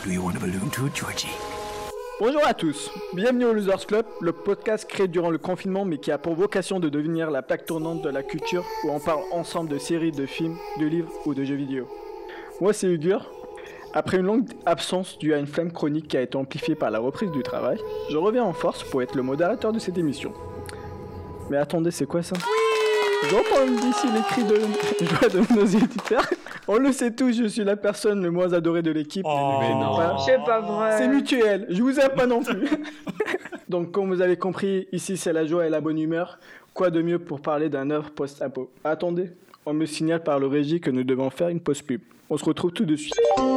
Do you want a balloon too, Georgie? Bonjour à tous, bienvenue au Losers Club, le podcast créé durant le confinement mais qui a pour vocation de devenir la plaque tournante de la culture où on parle ensemble de séries, de films, de livres ou de jeux vidéo. Moi c'est Ugur. Après une longue absence due à une flemme chronique qui a été amplifiée par la reprise du travail, je reviens en force pour être le modérateur de cette émission. Mais attendez, c'est quoi ça? J'entends d'ici les cris de joie de nos éditeurs. On le sait tous, je suis la personne le moins adorée de l'équipe. Mais non. C'est pas vrai. C'est mutuel, je vous aime pas non plus. Donc comme vous avez compris, ici c'est la joie et la bonne humeur. Quoi de mieux pour parler d'un œuvre post-apo? Attendez, on me signale par le régie que nous devons faire une pause pub. On se retrouve tout de suite.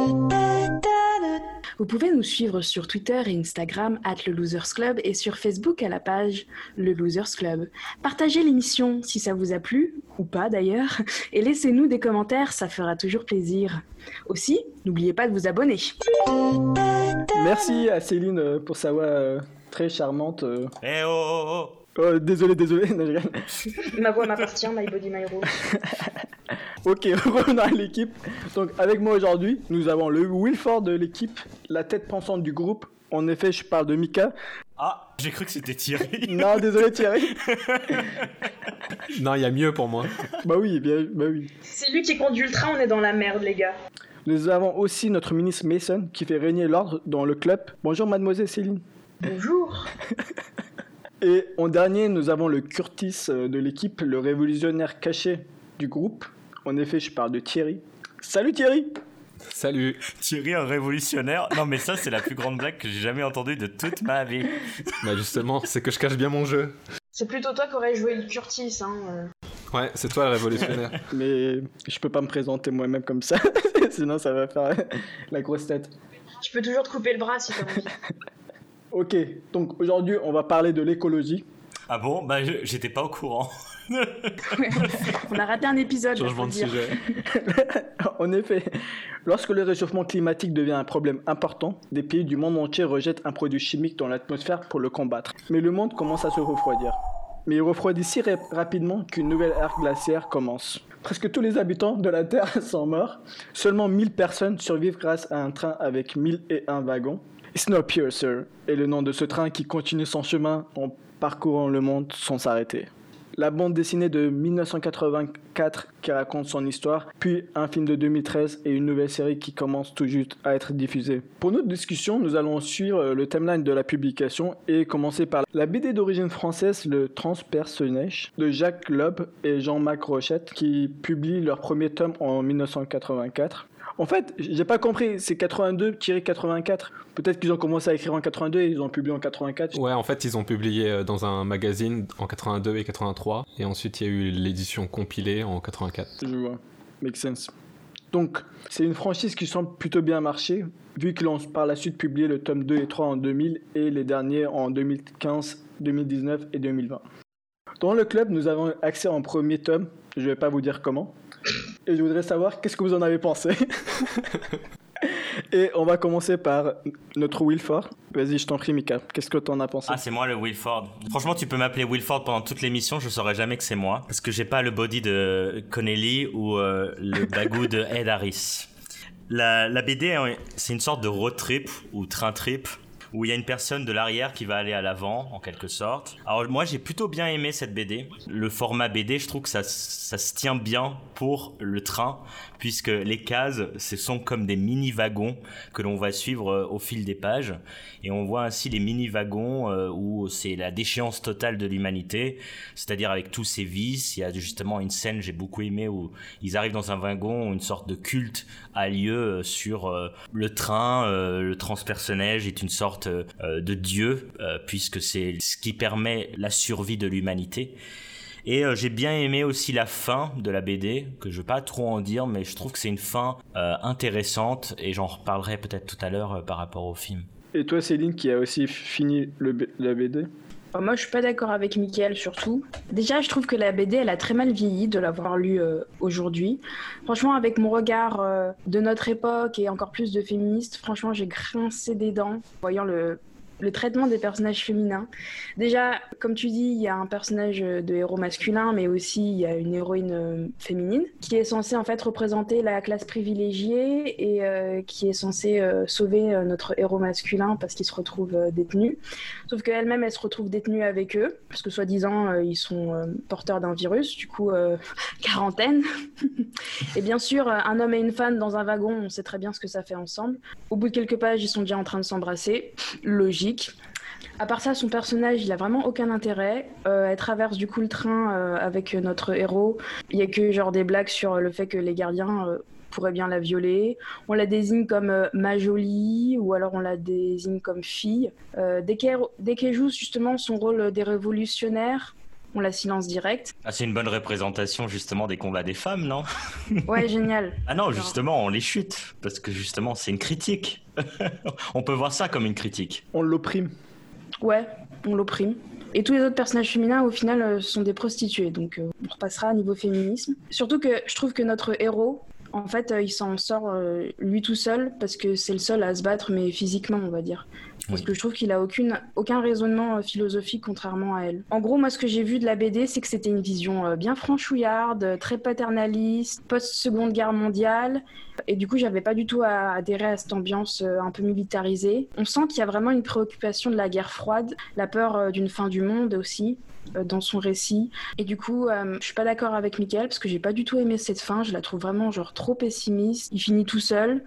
Vous pouvez nous suivre sur Twitter et Instagram @lelosersclub et sur Facebook à la page Le Losers Club. Partagez l'émission si ça vous a plu, ou pas d'ailleurs, et laissez-nous des commentaires, ça fera toujours plaisir. Aussi, n'oubliez pas de vous abonner. Merci à Céline pour sa voix très charmante. Eh oh. Oh, désolé, non, je rigole. Ma voix m'appartient, my body, my rule. Ok, revenons à l'équipe. Donc avec moi aujourd'hui, nous avons le Wilford de l'équipe, la tête pensante du groupe. En effet, je parle de Mika. Ah, j'ai cru que c'était Thierry. Non, désolé Thierry. Non, il y a mieux pour moi. Bah oui. C'est lui qui conduit le train, on est dans la merde, les gars. Nous avons aussi notre ministre Mason qui fait régner l'ordre dans le club. Bonjour mademoiselle Céline. Bonjour. Et en dernier, nous avons le Curtis de l'équipe, le révolutionnaire caché du groupe. En effet, je parle de Thierry. Salut Thierry. Salut. Thierry, un révolutionnaire. Non, mais ça, c'est la plus grande blague que j'ai jamais entendue de toute ma vie. Bah justement, c'est que je cache bien mon jeu. C'est plutôt toi qui aurais joué le Curtis, hein. Ouais, c'est toi le révolutionnaire. Mais je peux pas me présenter moi-même comme ça, sinon ça va faire la grosse tête. Tu peux toujours te couper le bras si t'as envie. Ok, donc aujourd'hui on va parler de l'écologie. Ah bon? Bah, j'étais pas au courant. On a raté un épisode. Changement de sujet. En effet, lorsque le réchauffement climatique devient un problème important, des pays du monde entier rejettent un produit chimique dans l'atmosphère pour le combattre. Mais le monde commence à se refroidir. Mais il refroidit si rapidement qu'une nouvelle ère glaciaire commence. Presque tous les habitants de la Terre sont morts. Seulement 1000 personnes survivent grâce à un train avec 1001 wagons. Snowpiercer est le nom de ce train qui continue son chemin en parcourant le monde sans s'arrêter. La bande dessinée de 1984 qui raconte son histoire, puis un film de 2013 et une nouvelle série qui commence tout juste à être diffusée. Pour notre discussion, nous allons suivre le timeline de la publication et commencer par la BD d'origine française, Le Transpersonnage, de Jacques Loeb et Jean-Marc Rochette, qui publient leur premier tome en 1984. En fait, j'ai pas compris, c'est 82-84. Peut-être qu'ils ont commencé à écrire en 82 et ils ont publié en 84. Ouais, en fait, ils ont publié dans un magazine en 82 et 83. Et ensuite, il y a eu l'édition compilée en 84. Je vois, make sense. Donc, c'est une franchise qui semble plutôt bien marcher, vu qu'ils ont par la suite publié le tome 2 et 3 en 2000 et les derniers en 2015, 2019 et 2020. Dans le club, nous avons accès en premier tome, je vais pas vous dire comment. Et je voudrais savoir qu'est-ce que vous en avez pensé. Et on va commencer par notre Wilford. Vas-y, je t'en prie, Mika. Qu'est-ce que t'en as pensé? Ah, c'est moi le Wilford. Franchement, tu peux m'appeler Wilford pendant toute l'émission, je saurais jamais que c'est moi. Parce que j'ai pas le body de Connelly ou le bagou de Ed Harris. La BD, c'est une sorte de road trip ou train trip, où il y a une personne de l'arrière qui va aller à l'avant, en quelque sorte. Alors moi, j'ai plutôt bien aimé cette BD. Le format BD, je trouve que ça se tient bien pour le train, puisque les cases, ce sont comme des mini-wagons que l'on va suivre au fil des pages. Et on voit ainsi les mini-wagons où c'est la déchéance totale de l'humanité, c'est-à-dire avec tous ces vices. Il y a justement une scène, j'ai beaucoup aimé, où ils arrivent dans un wagon, où une sorte de culte a lieu sur le train. Le transpersonnage est une sorte de Dieu, puisque c'est ce qui permet la survie de l'humanité. Et j'ai bien aimé aussi la fin de la BD, que je ne vais pas trop en dire, mais je trouve que c'est une fin intéressante, et j'en reparlerai peut-être tout à l'heure par rapport au film. Et toi, Céline, qui a aussi fini la BD? Moi, je suis pas d'accord avec Mickaël, surtout. Déjà, je trouve que la BD, elle a très mal vieilli de l'avoir lue aujourd'hui. Franchement, avec mon regard de notre époque et encore plus de féministes, franchement, j'ai grincé des dents, voyant le traitement des personnages féminins. Déjà, comme tu dis, il y a un personnage de héros masculin, mais aussi il y a une héroïne féminine qui est censée en fait représenter la classe privilégiée et qui est censée sauver notre héros masculin parce qu'il se retrouve détenu. Sauf qu'elle-même, elle se retrouve détenue avec eux, parce que soi-disant, ils sont porteurs d'un virus, du coup, quarantaine. Et bien sûr, un homme et une femme dans un wagon, on sait très bien ce que ça fait ensemble. Au bout de quelques pages, ils sont déjà en train de s'embrasser. Logique. À part ça, son personnage, il a vraiment aucun intérêt. Elle traverse du coup le train avec notre héros. Il y a que genre des blagues sur le fait que les gardiens pourraient bien la violer. On la désigne comme ma jolie ou alors on la désigne comme fille. Dès qu'elle joue justement son rôle des révolutionnaires, on la silence direct. Ah, c'est une bonne représentation justement des combats des femmes, non? Ouais, génial. Ah non, justement, on les chute, parce que justement, c'est une critique. On peut voir ça comme une critique. On l'opprime. Ouais, on l'opprime. Et tous les autres personnages féminins, au final, sont des prostituées. Donc, on repassera à niveau féminisme. Surtout que je trouve que notre héros, en fait, il s'en sort lui tout seul, parce que c'est le seul à se battre, mais physiquement, on va dire. Parce que je trouve qu'il a aucun raisonnement philosophique, contrairement à elle. En gros, moi, ce que j'ai vu de la BD, c'est que c'était une vision bien franchouillarde, très paternaliste, post-seconde guerre mondiale. Et du coup, j'avais pas du tout à adhérer à cette ambiance un peu militarisée. On sent qu'il y a vraiment une préoccupation de la guerre froide, la peur d'une fin du monde aussi, dans son récit. Et du coup, je suis pas d'accord avec Mickaël, parce que j'ai pas du tout aimé cette fin. Je la trouve vraiment genre trop pessimiste. Il finit tout seul.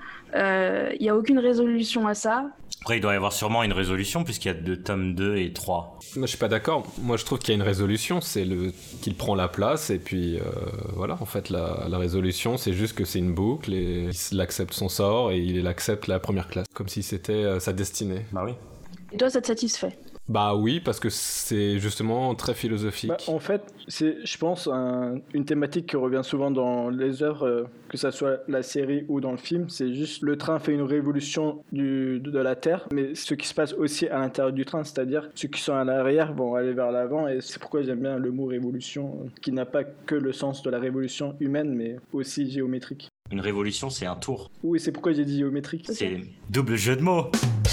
Il y a aucune résolution à ça. Après, il doit y avoir sûrement une résolution, puisqu'il y a 2 tomes 2 et 3. Moi, je suis pas d'accord. Moi, je trouve qu'il y a une résolution, c'est qu'il prend la place, et puis voilà, en fait, la résolution, c'est juste que c'est une boucle, et il accepte son sort, et il accepte la première classe, comme si c'était sa destinée. Bah oui. Et toi, ça te satisfait? Bah oui, parce que c'est justement très philosophique. Bah, en fait, c'est, je pense, une thématique qui revient souvent dans les œuvres, que ça soit la série ou dans le film. C'est juste le train fait une révolution de la Terre, mais ce qui se passe aussi à l'intérieur du train, c'est-à-dire ceux qui sont à l'arrière vont aller vers l'avant, et c'est pourquoi j'aime bien le mot révolution, qui n'a pas que le sens de la révolution humaine, mais aussi géométrique. Une révolution, c'est un tour. Oui, c'est pourquoi j'ai dit géométrique. C'est double jeu de mots.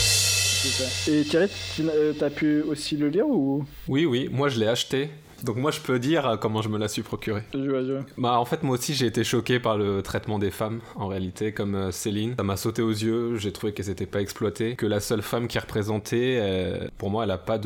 Et Thierry, tu as pu aussi le lire ou... Oui, moi je l'ai acheté. Donc moi je peux dire comment je me la suis procuré. Je vois. Bah en fait moi aussi j'ai été choqué par le traitement des femmes en réalité, comme Céline. Ça m'a sauté aux yeux, j'ai trouvé qu'elles n'étaient pas exploitées, que la seule femme qui est représentée, pour moi elle a pas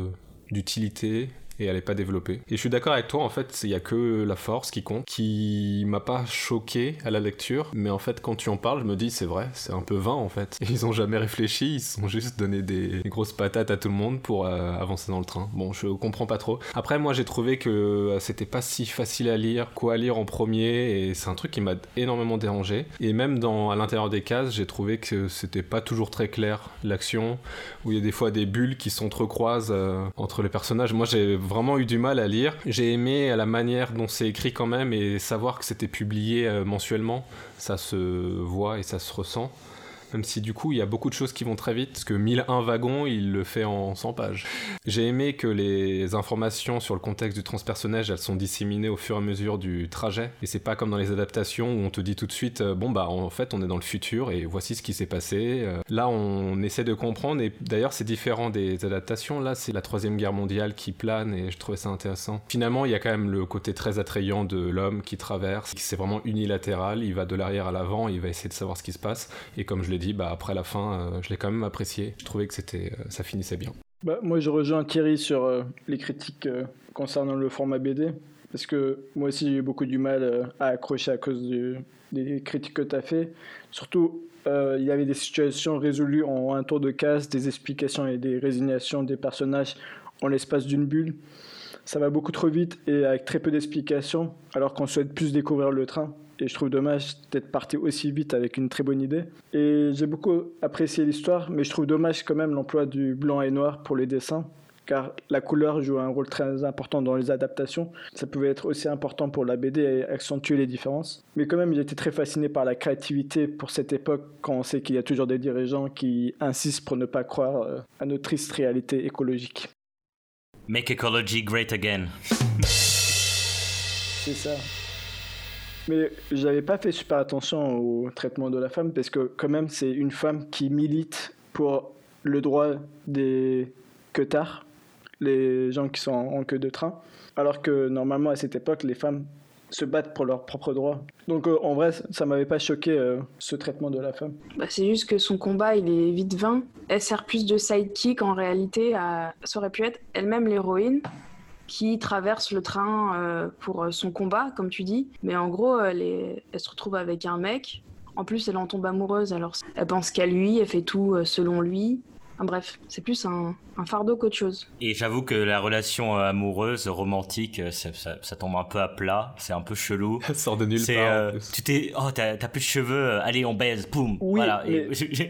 d'utilité. Et elle est pas développée. Et je suis d'accord avec toi, en fait, il y a que la force qui compte, qui m'a pas choqué à la lecture, mais en fait, quand tu en parles, je me dis, c'est vrai, c'est un peu vain, en fait. Ils ont jamais réfléchi, ils se sont juste donné des grosses patates à tout le monde pour avancer dans le train. Bon, je comprends pas trop. Après, moi, j'ai trouvé que c'était pas si facile à lire, quoi lire en premier, et c'est un truc qui m'a énormément dérangé. Et même à l'intérieur des cases, j'ai trouvé que c'était pas toujours très clair, l'action, où il y a des fois des bulles qui s'entrecroisent entre les personnages. Moi, j'ai vraiment eu du mal à lire. J'ai aimé la manière dont c'est écrit quand même, et savoir que c'était publié mensuellement, ça se voit et ça se ressent. Même si du coup il y a beaucoup de choses qui vont très vite, parce que 1001 wagons, il le fait en 100 pages. J'ai aimé que les informations sur le contexte du transpersonnage, elles sont disséminées au fur et à mesure du trajet, et c'est pas comme dans les adaptations où on te dit tout de suite bon bah en fait on est dans le futur et voici ce qui s'est passé. Là on essaie de comprendre, et d'ailleurs c'est différent des adaptations. Là c'est la 3e guerre mondiale qui plane, et je trouvais ça intéressant. Finalement il y a quand même le côté très attrayant de l'homme qui traverse, c'est vraiment unilatéral, il va de l'arrière à l'avant, il va essayer de savoir ce qui se passe, et comme je l'ai dit, bah après la fin, je l'ai quand même apprécié. Je trouvais que ça finissait bien. Bah, moi, je rejoins Thierry sur les critiques concernant le format BD, parce que moi aussi, j'ai eu beaucoup du mal à accrocher à cause des critiques que tu as fait. Surtout, il y avait des situations résolues en un tour de case, des explications et des résignations des personnages en l'espace d'une bulle. Ça va beaucoup trop vite et avec très peu d'explications, alors qu'on souhaite plus découvrir le train. Et je trouve dommage d'être parti aussi vite avec une très bonne idée. Et j'ai beaucoup apprécié l'histoire, mais je trouve dommage quand même l'emploi du blanc et noir pour les dessins, car la couleur joue un rôle très important dans les adaptations. Ça pouvait être aussi important pour la BD et accentuer les différences. Mais quand même, j'ai été très fasciné par la créativité pour cette époque, quand on sait qu'il y a toujours des dirigeants qui insistent pour ne pas croire à notre triste réalité écologique. Make ecology great again. C'est ça. Mais j'avais pas fait super attention au traitement de la femme, parce que quand même c'est une femme qui milite pour le droit des queutards, les gens qui sont en queue de train, alors que normalement à cette époque, les femmes se battent pour leurs propres droits. Donc en vrai, ça m'avait pas choqué ce traitement de la femme. Bah, c'est juste que son combat, il est vite vain. Elle sert plus de sidekick en réalité. Ça aurait pu être elle-même l'héroïne qui traverse le train pour son combat, comme tu dis. Mais en gros, elle se retrouve avec un mec. En plus, elle en tombe amoureuse. Alors, elle pense qu'à lui, elle fait tout selon lui. Enfin, bref, c'est plus un fardeau qu'autre chose. Et j'avoue que la relation amoureuse, romantique, ça tombe un peu à plat, c'est un peu chelou. Elle sort de nulle part. T'as plus de cheveux, allez on baise, boum. Oui, voilà. mais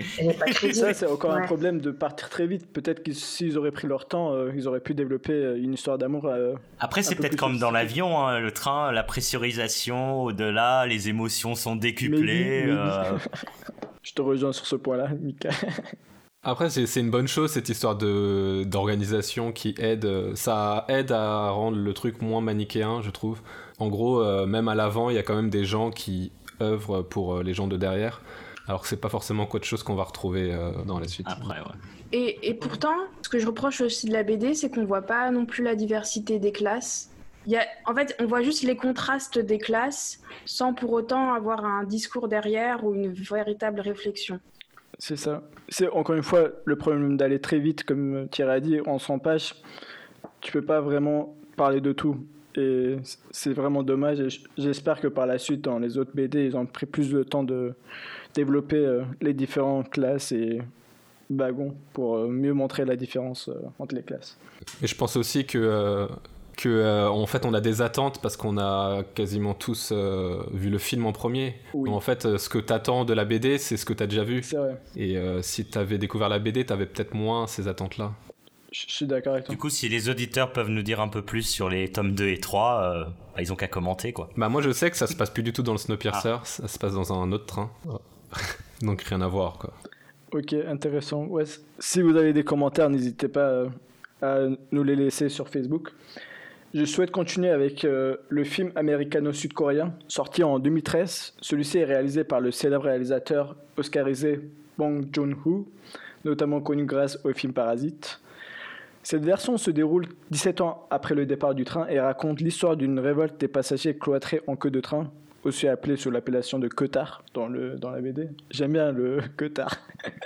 ça c'est encore un Ouais. problème de partir très vite. Peut-être que s'ils auraient pris leur temps, ils auraient pu développer une histoire d'amour. Après c'est peu peut-être plus comme dans sophistiqué. l'avion, hein, le train, la pressurisation, au-delà, les émotions sont décuplées. Mais oui. Je te rejoins sur ce point-là, Mika. Après, c'est une bonne chose, cette histoire d'organisation qui aide. Ça aide à rendre le truc moins manichéen, je trouve. En gros, même à l'avant, il y a quand même des gens qui œuvrent pour les gens de derrière. Alors que c'est pas forcément quelque chose qu'on va retrouver dans la suite. Après, ouais. Et pourtant, ce que je reproche aussi de la BD, c'est qu'on voit pas non plus la diversité des classes. En fait, on voit juste les contrastes des classes sans pour autant avoir un discours derrière ou une véritable réflexion. C'est ça. C'est encore une fois le problème d'aller très vite, comme Thierry a dit, en 100 pages. Tu peux pas vraiment parler de tout. Et c'est vraiment dommage. Et j'espère que par la suite, dans les autres BD, ils ont pris plus de temps de développer les différentes classes et wagons pour mieux montrer la différence entre les classes. Et je pense aussi que en fait on a des attentes parce qu'on a quasiment tous vu le film en premier. Oui. Donc, en fait ce que t'attends de la BD c'est ce que t'as déjà vu. C'est vrai. Et si t'avais découvert la BD t'avais peut-être moins ces attentes là. Je suis d'accord avec toi. Du coup, si les auditeurs peuvent nous dire un peu plus sur les tomes 2 et 3, ils ont qu'à commenter, quoi. Bah moi je sais que ça se passe plus du tout dans le Snowpiercer, ça se passe dans un autre train. Donc rien à voir quoi. Ok, intéressant. Ouais, si vous avez des commentaires, n'hésitez pas à nous les laisser sur Facebook. Je souhaite continuer avec le film américano-sud-coréen sorti en 2013. Celui-ci est réalisé par le célèbre réalisateur oscarisé Bong Joon-ho, notamment connu grâce au film Parasite. Cette version se déroule 17 ans après le départ du train et raconte l'histoire d'une révolte des passagers cloîtrés en queue de train, aussi appelée sous l'appellation de queutard dans la BD. J'aime bien le queutard.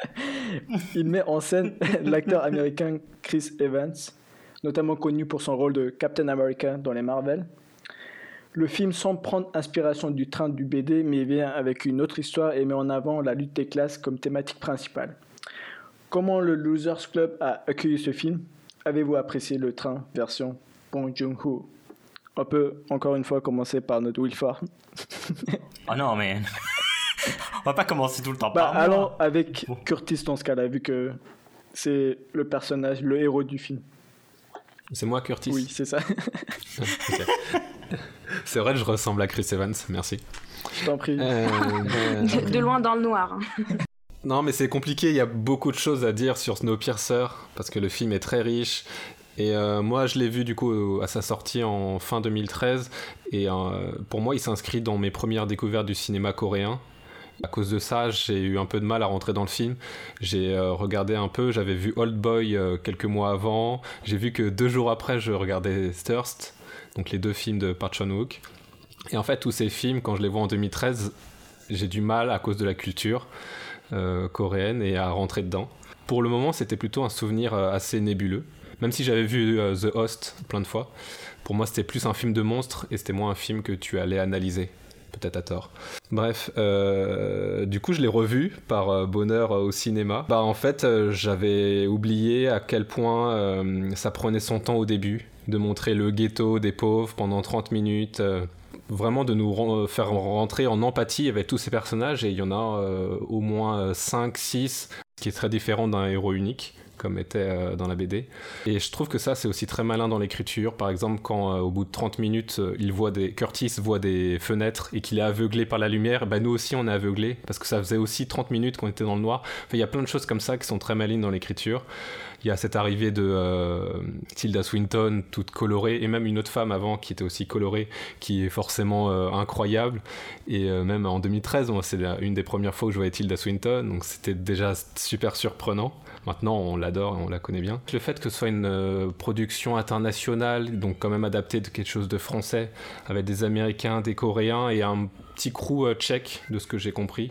Il met en scène l'acteur américain Chris Evans, notamment connu pour son rôle de Captain America dans les Marvel. Le film semble prendre inspiration du train du BD, mais vient avec une autre histoire et met en avant la lutte des classes comme thématique principale. Comment le Losers Club a accueilli ce film ? Avez-vous apprécié le train version Bong Joon-ho ? On peut encore une fois commencer par notre Wilford. Oh non, mais... On va pas commencer tout le temps par moi. Allons avec Curtis dans ce cas-là, vu que c'est le personnage, le héros du film. C'est moi Curtis. Oui, c'est ça. Okay. C'est vrai que je ressemble à Chris Evans, merci. Je t'en prie. De loin dans le noir. Hein. Non mais c'est compliqué, il y a beaucoup de choses à dire sur Snowpiercer, parce que le film est très riche. Et moi je l'ai vu du coup à sa sortie en fin 2013, et pour moi il s'inscrit dans mes premières découvertes du cinéma coréen. À cause de ça, j'ai eu un peu de mal à rentrer dans le film. J'ai regardé un peu, j'avais vu Old Boy quelques mois avant. J'ai vu que 2 jours après, je regardais Thirst, donc les 2 films de Park Chan-wook. Et en fait, tous ces films, quand je les vois en 2013, j'ai du mal à cause de la culture coréenne et à rentrer dedans. Pour le moment, c'était plutôt un souvenir assez nébuleux. Même si j'avais vu The Host plein de fois, pour moi, c'était plus un film de monstre et c'était moins un film que tu allais analyser. Peut-être à tort. Bref, du coup je l'ai revu par bonheur au cinéma. Bah en fait j'avais oublié à quel point ça prenait son temps au début de montrer le ghetto des pauvres pendant 30 minutes, vraiment de nous faire rentrer en empathie avec tous ces personnages, et il y en a au moins 5-6, ce qui est très différent d'un héros unique. comme était dans la BD. Et je trouve que ça, c'est aussi très malin dans l'écriture. Par exemple, quand au bout de 30 minutes, Curtis voit des fenêtres et qu'il est aveuglé par la lumière, bah, nous aussi, on est aveuglés, parce que ça faisait aussi 30 minutes qu'on était dans le noir. Enfin, il y a plein de choses comme ça qui sont très malines dans l'écriture. Il y a cette arrivée de Tilda Swinton, toute colorée, et même une autre femme avant qui était aussi colorée, qui est forcément incroyable. Et même en 2013, moi, c'est une des premières fois où je voyais Tilda Swinton, donc c'était déjà super surprenant. Maintenant, on l'adore et on la connaît bien. Le fait que ce soit une production internationale, donc quand même adaptée de quelque chose de français, avec des Américains, des Coréens et un petit crew tchèque, de ce que j'ai compris,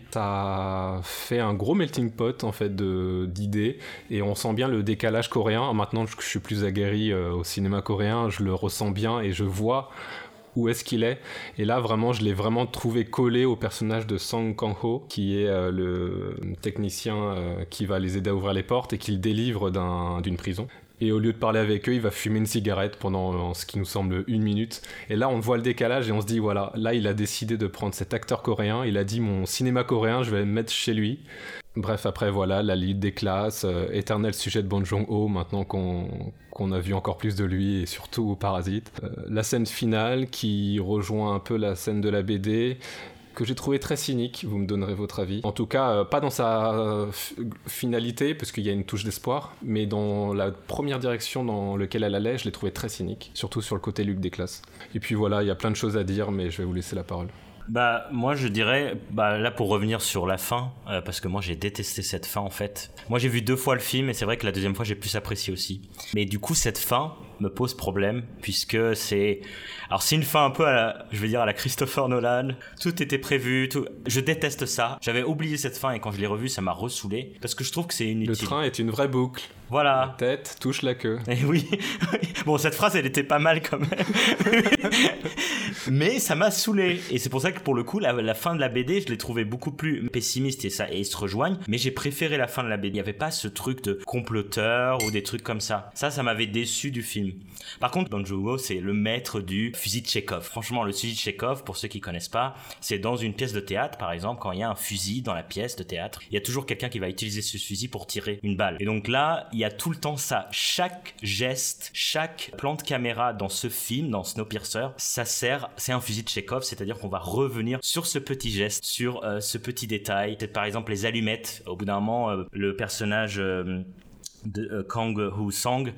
ça fait un gros melting pot en fait d'idées, et on sent bien le décalage coréen. Maintenant que je suis plus aguerri au cinéma coréen, je le ressens bien et je vois où est-ce qu'il est. Et là, vraiment, je l'ai vraiment trouvé collé au personnage de Song Kang-ho, qui est le technicien qui va les aider à ouvrir les portes et qui le délivre d'une prison. Et au lieu de parler avec eux, il va fumer une cigarette pendant ce qui nous semble 1 minute. Et là, on voit le décalage et on se dit, voilà, là, il a décidé de prendre cet acteur coréen. Il a dit, mon cinéma coréen, je vais le mettre chez lui. Bref, après, voilà, la lutte des classes, éternel sujet de Bong Joon-ho, maintenant qu'on a vu encore plus de lui, et surtout Parasite. La scène finale qui rejoint un peu la scène de la BD, que j'ai trouvé très cynique, vous me donnerez votre avis. En tout cas, pas dans sa finalité, parce qu'il y a une touche d'espoir, mais dans la première direction dans laquelle elle allait, je l'ai trouvé très cynique, surtout sur le côté lutte des classes. Et puis voilà, il y a plein de choses à dire, mais je vais vous laisser la parole. Bah moi je dirais, là pour revenir sur la fin, parce que moi j'ai détesté cette fin en fait. Moi j'ai vu 2 fois le film et c'est vrai que la deuxième fois j'ai plus apprécié aussi. Mais du coup cette fin me pose problème puisque c'est une fin un peu à la Christopher Nolan. Tout était prévu, tout. Je déteste ça. J'avais oublié cette fin et quand je l'ai revue ça m'a ressoulé parce que je trouve que c'est inutile. Le train est une vraie boucle. Voilà. La tête touche la queue. Et oui. Bon, cette phrase, elle était pas mal quand même. Mais ça m'a saoulé. Et c'est pour ça que pour le coup, la fin de la BD, je l'ai trouvé beaucoup plus pessimiste et ils se rejoignent. Mais j'ai préféré la fin de la BD. Il n'y avait pas ce truc de comploteur ou des trucs comme ça. Ça m'avait déçu du film. Par contre, Bong Joon-ho, c'est le maître du fusil de Tchekhov. Franchement, le fusil de Tchekhov, pour ceux qui connaissent pas, c'est dans une pièce de théâtre, par exemple, quand il y a un fusil dans la pièce de théâtre, il y a toujours quelqu'un qui va utiliser ce fusil pour tirer une balle. Et donc là, il y a tout le temps ça. Chaque geste, chaque plan de caméra dans ce film, dans Snowpiercer, c'est un fusil de Tchekhov, c'est-à-dire qu'on va revenir sur ce petit geste, sur ce petit détail. C'est par exemple les allumettes. Au bout d'un moment, le personnage de Kang Ho-sung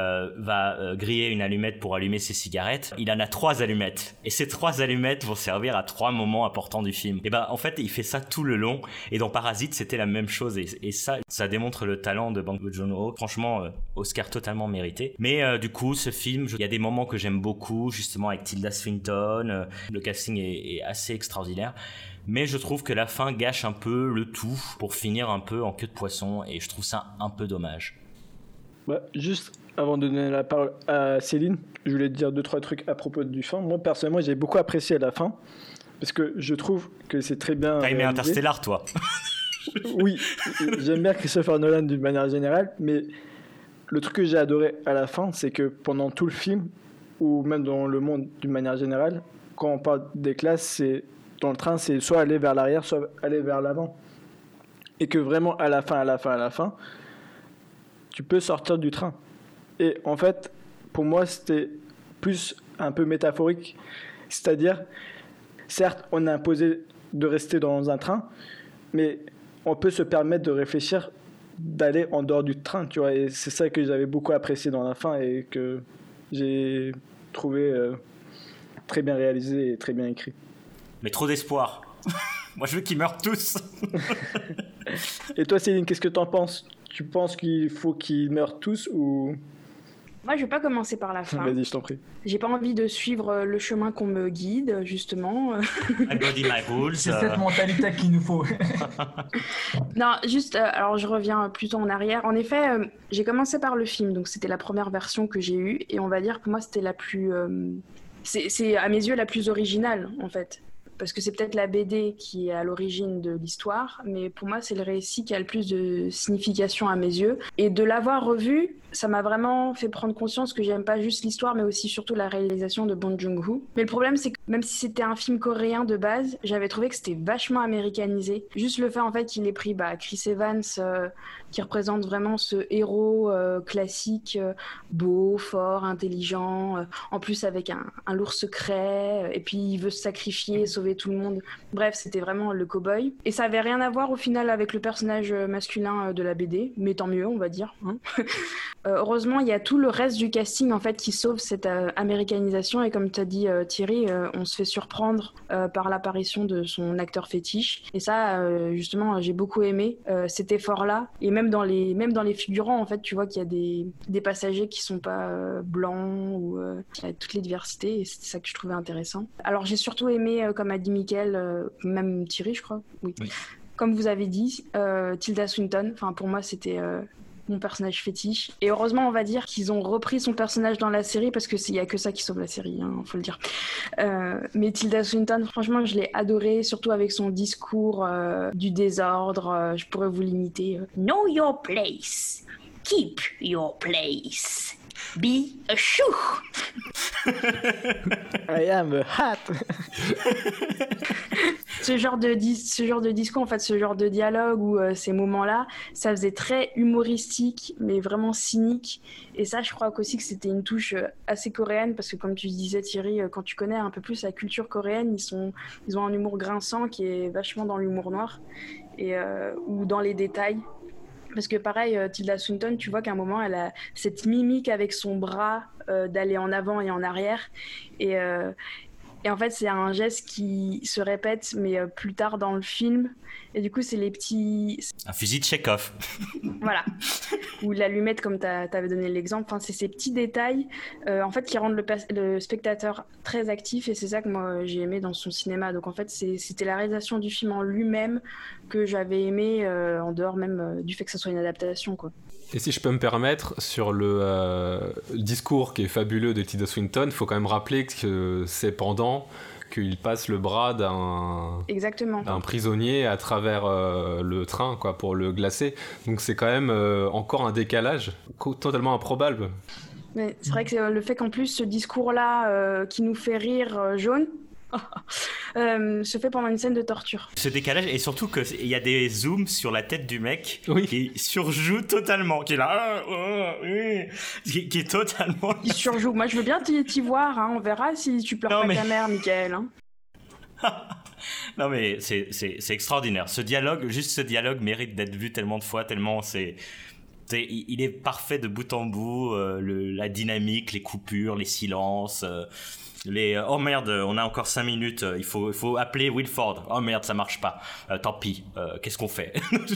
va griller une allumette pour allumer ses cigarettes. Il en a 3 allumettes et ces 3 allumettes vont servir à 3 moments importants du film. Et en fait il fait ça tout le long, et dans Parasite c'était la même chose, et ça démontre le talent de Bong Joon-ho. Franchement Oscar totalement mérité. Mais du coup ce film, il y a des moments que j'aime beaucoup, justement avec Tilda Swinton, le casting est assez extraordinaire. Mais je trouve que la fin gâche un peu le tout pour finir un peu en queue de poisson, et je trouve ça un peu dommage. Juste avant de donner la parole à Céline, je voulais te dire 2-3 trucs à propos du fin. Moi personnellement j'ai beaucoup apprécié la fin parce que je trouve que c'est très bien T'as aimé réalisé. Interstellar toi? Oui, j'aime bien Christopher Nolan d'une manière générale, mais le truc que j'ai adoré à la fin, c'est que pendant tout le film, ou même dans le monde d'une manière générale, quand on parle des classes, dans le train, c'est soit aller vers l'arrière, soit aller vers l'avant. Et que vraiment, à la fin, tu peux sortir du train. Et en fait, pour moi, c'était plus un peu métaphorique. C'est-à-dire, certes, on est imposé de rester dans un train, mais on peut se permettre de réfléchir, d'aller en dehors du train, tu vois. Et c'est ça que j'avais beaucoup apprécié dans la fin et que j'ai trouvé très bien réalisé et très bien écrit. Mais trop d'espoir. Moi, je veux qu'ils meurent tous. Et toi, Céline, qu'est-ce que t'en penses? Tu penses qu'il faut qu'ils meurent tous ou... Moi, je vais pas commencer par la fin. Vas-y, je t'en prie. J'ai pas envie de suivre le chemin qu'on me guide, justement. My body, my rules. C'est cette mentalité qu'il nous faut. Non, juste, alors je reviens plutôt en arrière. En effet, j'ai commencé par le film, donc c'était la première version que j'ai eue, et on va dire que moi, c'était la plus... c'est à mes yeux la plus originale, en fait. parce que c'est peut-être la BD qui est à l'origine de l'histoire, mais pour moi, c'est le récit qui a le plus de signification à mes yeux. Et de l'avoir revu, ça m'a vraiment fait prendre conscience que j'aime pas juste l'histoire, mais aussi surtout la réalisation de Bong Joon-ho. Mais le problème, c'est que même si c'était un film coréen de base, j'avais trouvé que c'était vachement américanisé. Juste le fait, en fait, qu'il ait pris Chris Evans, qui représente vraiment ce héros classique, beau, fort, intelligent, en plus avec un lourd secret, et puis il veut se sacrifier, sauver tout le monde. Bref, c'était vraiment le cow-boy. Et ça avait rien à voir au final avec le personnage masculin de la BD, mais tant mieux, on va dire. Hein. Heureusement, il y a tout le reste du casting en fait qui sauve cette américanisation, et comme tu as dit Thierry, on se fait surprendre par l'apparition de son acteur fétiche. Et ça, justement, j'ai beaucoup aimé cet effort-là. Et même dans les figurants, en fait, tu vois qu'il y a des passagers qui sont pas blancs, ou il y a toutes les diversités, et c'est ça que je trouvais intéressant. Alors j'ai surtout aimé, comme a dit Mickaël, même Thierry, je crois. Oui. Comme vous avez dit, Tilda Swinton. Enfin, pour moi, c'était mon personnage fétiche. Et heureusement, on va dire qu'ils ont repris son personnage dans la série, parce qu'il n'y a que ça qui sauve la série, hein, faut le dire. Mais Tilda Swinton, franchement, je l'ai adorée, surtout avec son discours du désordre. Je pourrais vous l'imiter. Know your place. Keep your place. Be a shoe. I am a hat. Ce genre de discours, en fait, ce genre de dialogue ou ces moments-là, ça faisait très humoristique, mais vraiment cynique. Et ça, je crois aussi que c'était une touche assez coréenne, parce que comme tu disais Thierry, quand tu connais un peu plus la culture coréenne, ils ont un humour grinçant qui est vachement dans l'humour noir, et ou dans les détails. Parce que pareil, Tilda Swinton, tu vois qu'à un moment, elle a cette mimique avec son bras d'aller en avant et en arrière. Et en fait, c'est un geste qui se répète, mais plus tard dans le film. Et du coup, c'est les petits... Un fusil de Chekhov. Voilà. Ou l'allumette, comme tu avais donné l'exemple. Enfin, c'est ces petits détails en fait, qui rendent le spectateur très actif. Et c'est ça que moi, j'ai aimé dans son cinéma. Donc, en fait, c'était la réalisation du film en lui-même que j'avais aimé, en dehors même du fait que ça soit une adaptation, quoi. Et si je peux me permettre, sur le discours qui est fabuleux de Tilda Swinton, il faut quand même rappeler que c'est pendant qu'il passe le bras d'un prisonnier à travers le train, quoi, pour le glacer. Donc c'est quand même encore un décalage totalement improbable. Mais c'est vrai que le fait qu'en plus ce discours-là, qui nous fait rire jaune, se fait pendant une scène de torture. Ce décalage, et surtout qu'il y a des zooms sur la tête du mec qui surjoue totalement, qui est là, qui est totalement... Il surjoue. Moi, je veux bien t'y voir, hein. On verra si tu pleures ta mère, Mickaël. Hein. Non mais c'est extraordinaire. Ce dialogue mérite d'être vu tellement de fois, tellement il est parfait de bout en bout, la dynamique, les coupures, les silences... oh merde, on a encore 5 minutes, il faut appeler Wilford. Oh merde, ça marche pas. Tant pis, qu'est-ce qu'on fait?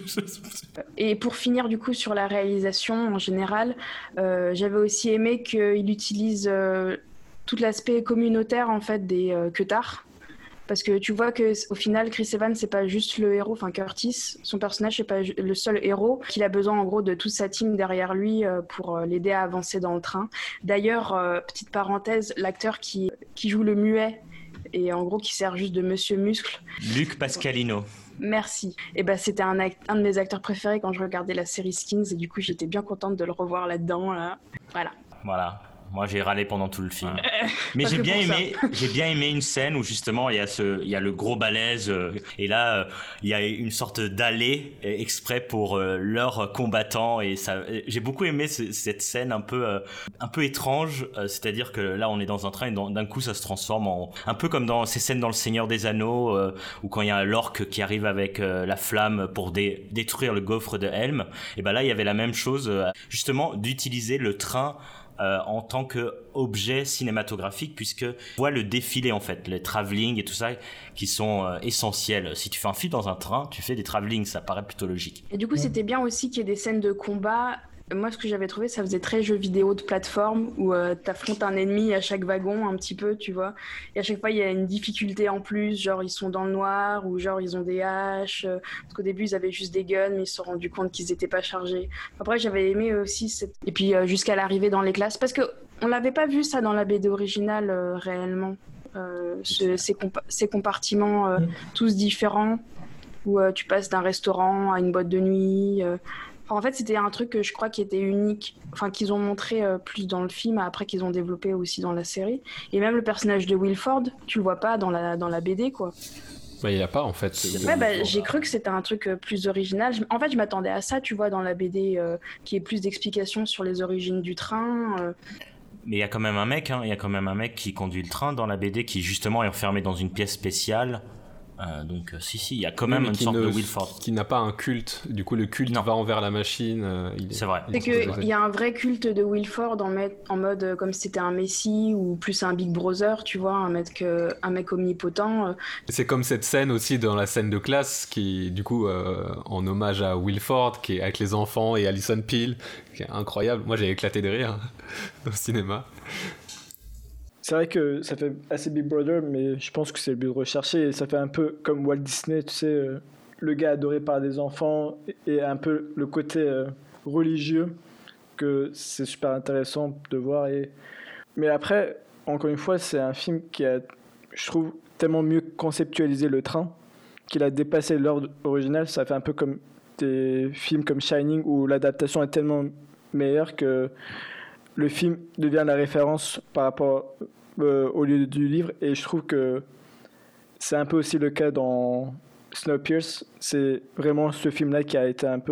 Et pour finir du coup sur la réalisation en général, j'avais aussi aimé qu'il utilise tout l'aspect communautaire en fait des queutards. Parce que tu vois qu'au final, Chris Evans, c'est pas juste le héros, enfin Curtis, son personnage, c'est pas le seul héros, qu'il a besoin en gros de toute sa team derrière lui pour l'aider à avancer dans le train. D'ailleurs, petite parenthèse, l'acteur qui joue le muet et en gros qui sert juste de Monsieur Muscle. Luc Pascalino. Merci. Et ben c'était un de mes acteurs préférés quand je regardais la série Skins, et du coup j'étais bien contente de le revoir là-dedans. Là. Voilà. Moi, j'ai râlé pendant tout le film. Mais j'ai bien aimé une scène où justement il y a le gros balèze et là il y a une sorte d'allée exprès pour leurs combattants, et ça, j'ai beaucoup aimé cette scène un peu étrange, c'est-à-dire que là on est dans un train et d'un coup ça se transforme un peu comme dans ces scènes dans Le Seigneur des Anneaux où quand il y a l'orque qui arrive avec la flamme pour détruire le gaufre de Helm, et ben là il y avait la même chose, justement d'utiliser le train en tant qu'objet cinématographique, puisque on voit le défilé en fait, les travelling et tout ça qui sont essentiels. Si tu fais un film dans un train, tu fais des travelling, ça paraît plutôt logique. Et du coup c'était bien aussi qu'il y ait des scènes de combat. Moi, ce que j'avais trouvé, ça faisait très jeu vidéo de plateforme où t'affrontes un ennemi à chaque wagon un petit peu, tu vois. Et à chaque fois, il y a une difficulté en plus, genre ils sont dans le noir ou genre ils ont des haches. Parce qu'au début, ils avaient juste des guns, mais ils se sont rendus compte qu'ils n'étaient pas chargés. Après, j'avais aimé aussi Et puis jusqu'à l'arrivée dans les classes, parce qu'on l'avait pas vu ça dans la BD originale réellement. ces compartiments tous différents où tu passes d'un restaurant à une boîte de nuit. En fait, c'était un truc que je crois qui était unique, enfin qu'ils ont montré plus dans le film, après qu'ils ont développé aussi dans la série. Et même le personnage de Wilford, tu le vois pas dans la BD, quoi. Bah, il n'y a pas en fait. Ouais, j'ai cru que c'était un truc plus original. En fait, je m'attendais à ça, tu vois, dans la BD, qui ait plus d'explications sur les origines du train. Mais il y a quand même un mec, il y a quand même un mec qui conduit le train dans la BD qui justement est enfermé dans une pièce spéciale. Donc si, il y a quand même une sorte de Wilford. Qui n'a pas un culte, du coup le culte va envers la machine. C'est vrai. C'est qu'il y a un vrai culte de Wilford en mode comme si c'était un messie ou plus un Big Brother, tu vois, un mec omnipotent. C'est comme cette scène aussi dans la scène de classe qui, du coup, en hommage à Wilford, qui est avec les enfants et Alison Peel, qui est incroyable. Moi j'ai éclaté de rire au cinéma. C'est vrai que ça fait assez Big Brother, mais je pense que c'est le but de rechercher. Et ça fait un peu comme Walt Disney, tu sais, le gars adoré par des enfants et un peu le côté religieux, que c'est super intéressant de voir. Mais après, encore une fois, c'est un film qui a, je trouve, tellement mieux conceptualisé le train qu'il a dépassé l'ordre original. Ça fait un peu comme des films comme Shining où l'adaptation est tellement meilleure que le film devient la référence par rapport au lieu du livre, et je trouve que c'est un peu aussi le cas dans Snowpiercer. C'est vraiment ce film-là qui a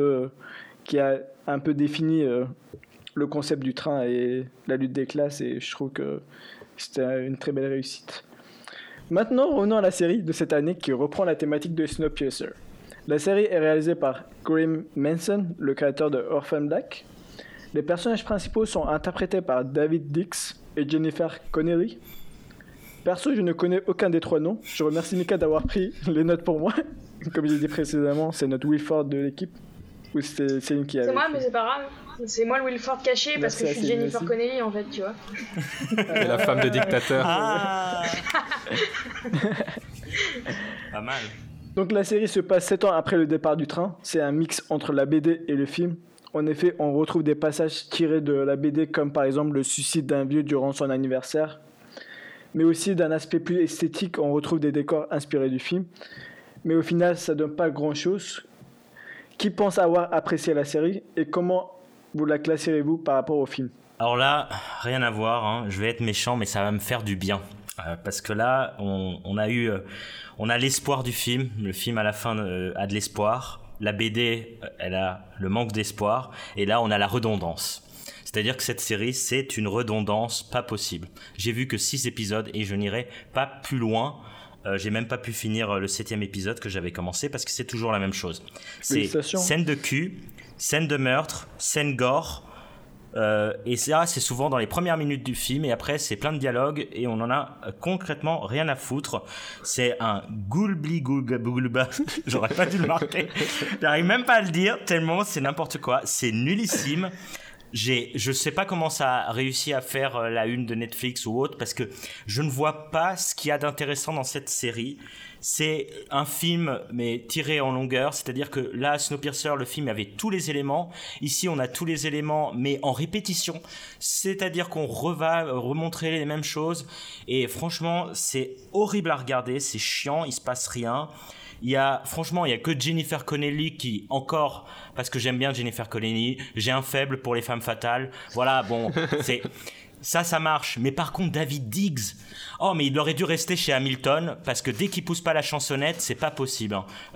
un peu défini le concept du train et la lutte des classes, et je trouve que c'était une très belle réussite. Maintenant, revenons à la série de cette année qui reprend la thématique de Snowpiercer. La série est réalisée par Graham Manson, le créateur de Orphan Black. Les personnages principaux sont interprétés par David Dix et Jennifer Connelly. Perso, je ne connais aucun des trois noms. Je remercie Mika d'avoir pris les notes pour moi. Comme j'ai dit précédemment, c'est notre Wilford de l'équipe. Ou c'est Céline qui a. C'est moi, mais c'est pas grave. C'est moi le Wilford caché parce que je suis Jennifer Connelly en fait, tu vois. La femme de dictateur. Ah Pas mal. Donc la série se passe 7 ans après le départ du train. C'est un mix entre la BD et le film. En effet, on retrouve des passages tirés de la BD, comme par exemple le suicide d'un vieux durant son anniversaire. Mais aussi d'un aspect plus esthétique, on retrouve des décors inspirés du film. Mais au final, ça donne pas grand-chose. Qui pense avoir apprécié la série et comment vous la classerez-vous par rapport au film ? Alors là, rien à voir, je vais être méchant, mais ça va me faire du bien. Parce que là, on a l'espoir du film. Le film, à la fin, a de l'espoir. La BD, elle a le manque d'espoir, et là on a la redondance. C'est-à-dire que cette série, c'est une redondance pas possible. J'ai vu que 6 épisodes et je n'irai pas plus loin. J'ai même pas pu finir le 7e épisode que j'avais commencé parce que c'est toujours la même chose. C'est scène de cul, scène de meurtre, scène gore. Et ça, c'est souvent dans les premières minutes du film, et après c'est plein de dialogues et on en a concrètement rien à foutre. C'est un goulbli-goulba. J'aurais pas dû le marquer. J'arrive même pas à le dire tellement c'est n'importe quoi. C'est nullissime. Je sais pas comment ça a réussi à faire la une de Netflix ou autre, parce que je ne vois pas ce qu'il y a d'intéressant dans cette série. C'est un film, mais tiré en longueur, c'est-à-dire que là, Snowpiercer, le film avait tous les éléments. Ici, on a tous les éléments, mais en répétition. C'est-à-dire qu'on va remontrer les mêmes choses. Et franchement, c'est horrible à regarder, c'est chiant, il se passe rien. Franchement, il y a que Jennifer Connelly qui, encore, parce que j'aime bien Jennifer Connelly, j'ai un faible pour les femmes fatales. Voilà, bon, ça marche. Mais par contre, David Diggs, mais il aurait dû rester chez Hamilton, parce que dès qu'il pousse pas la chansonnette, c'est pas possible.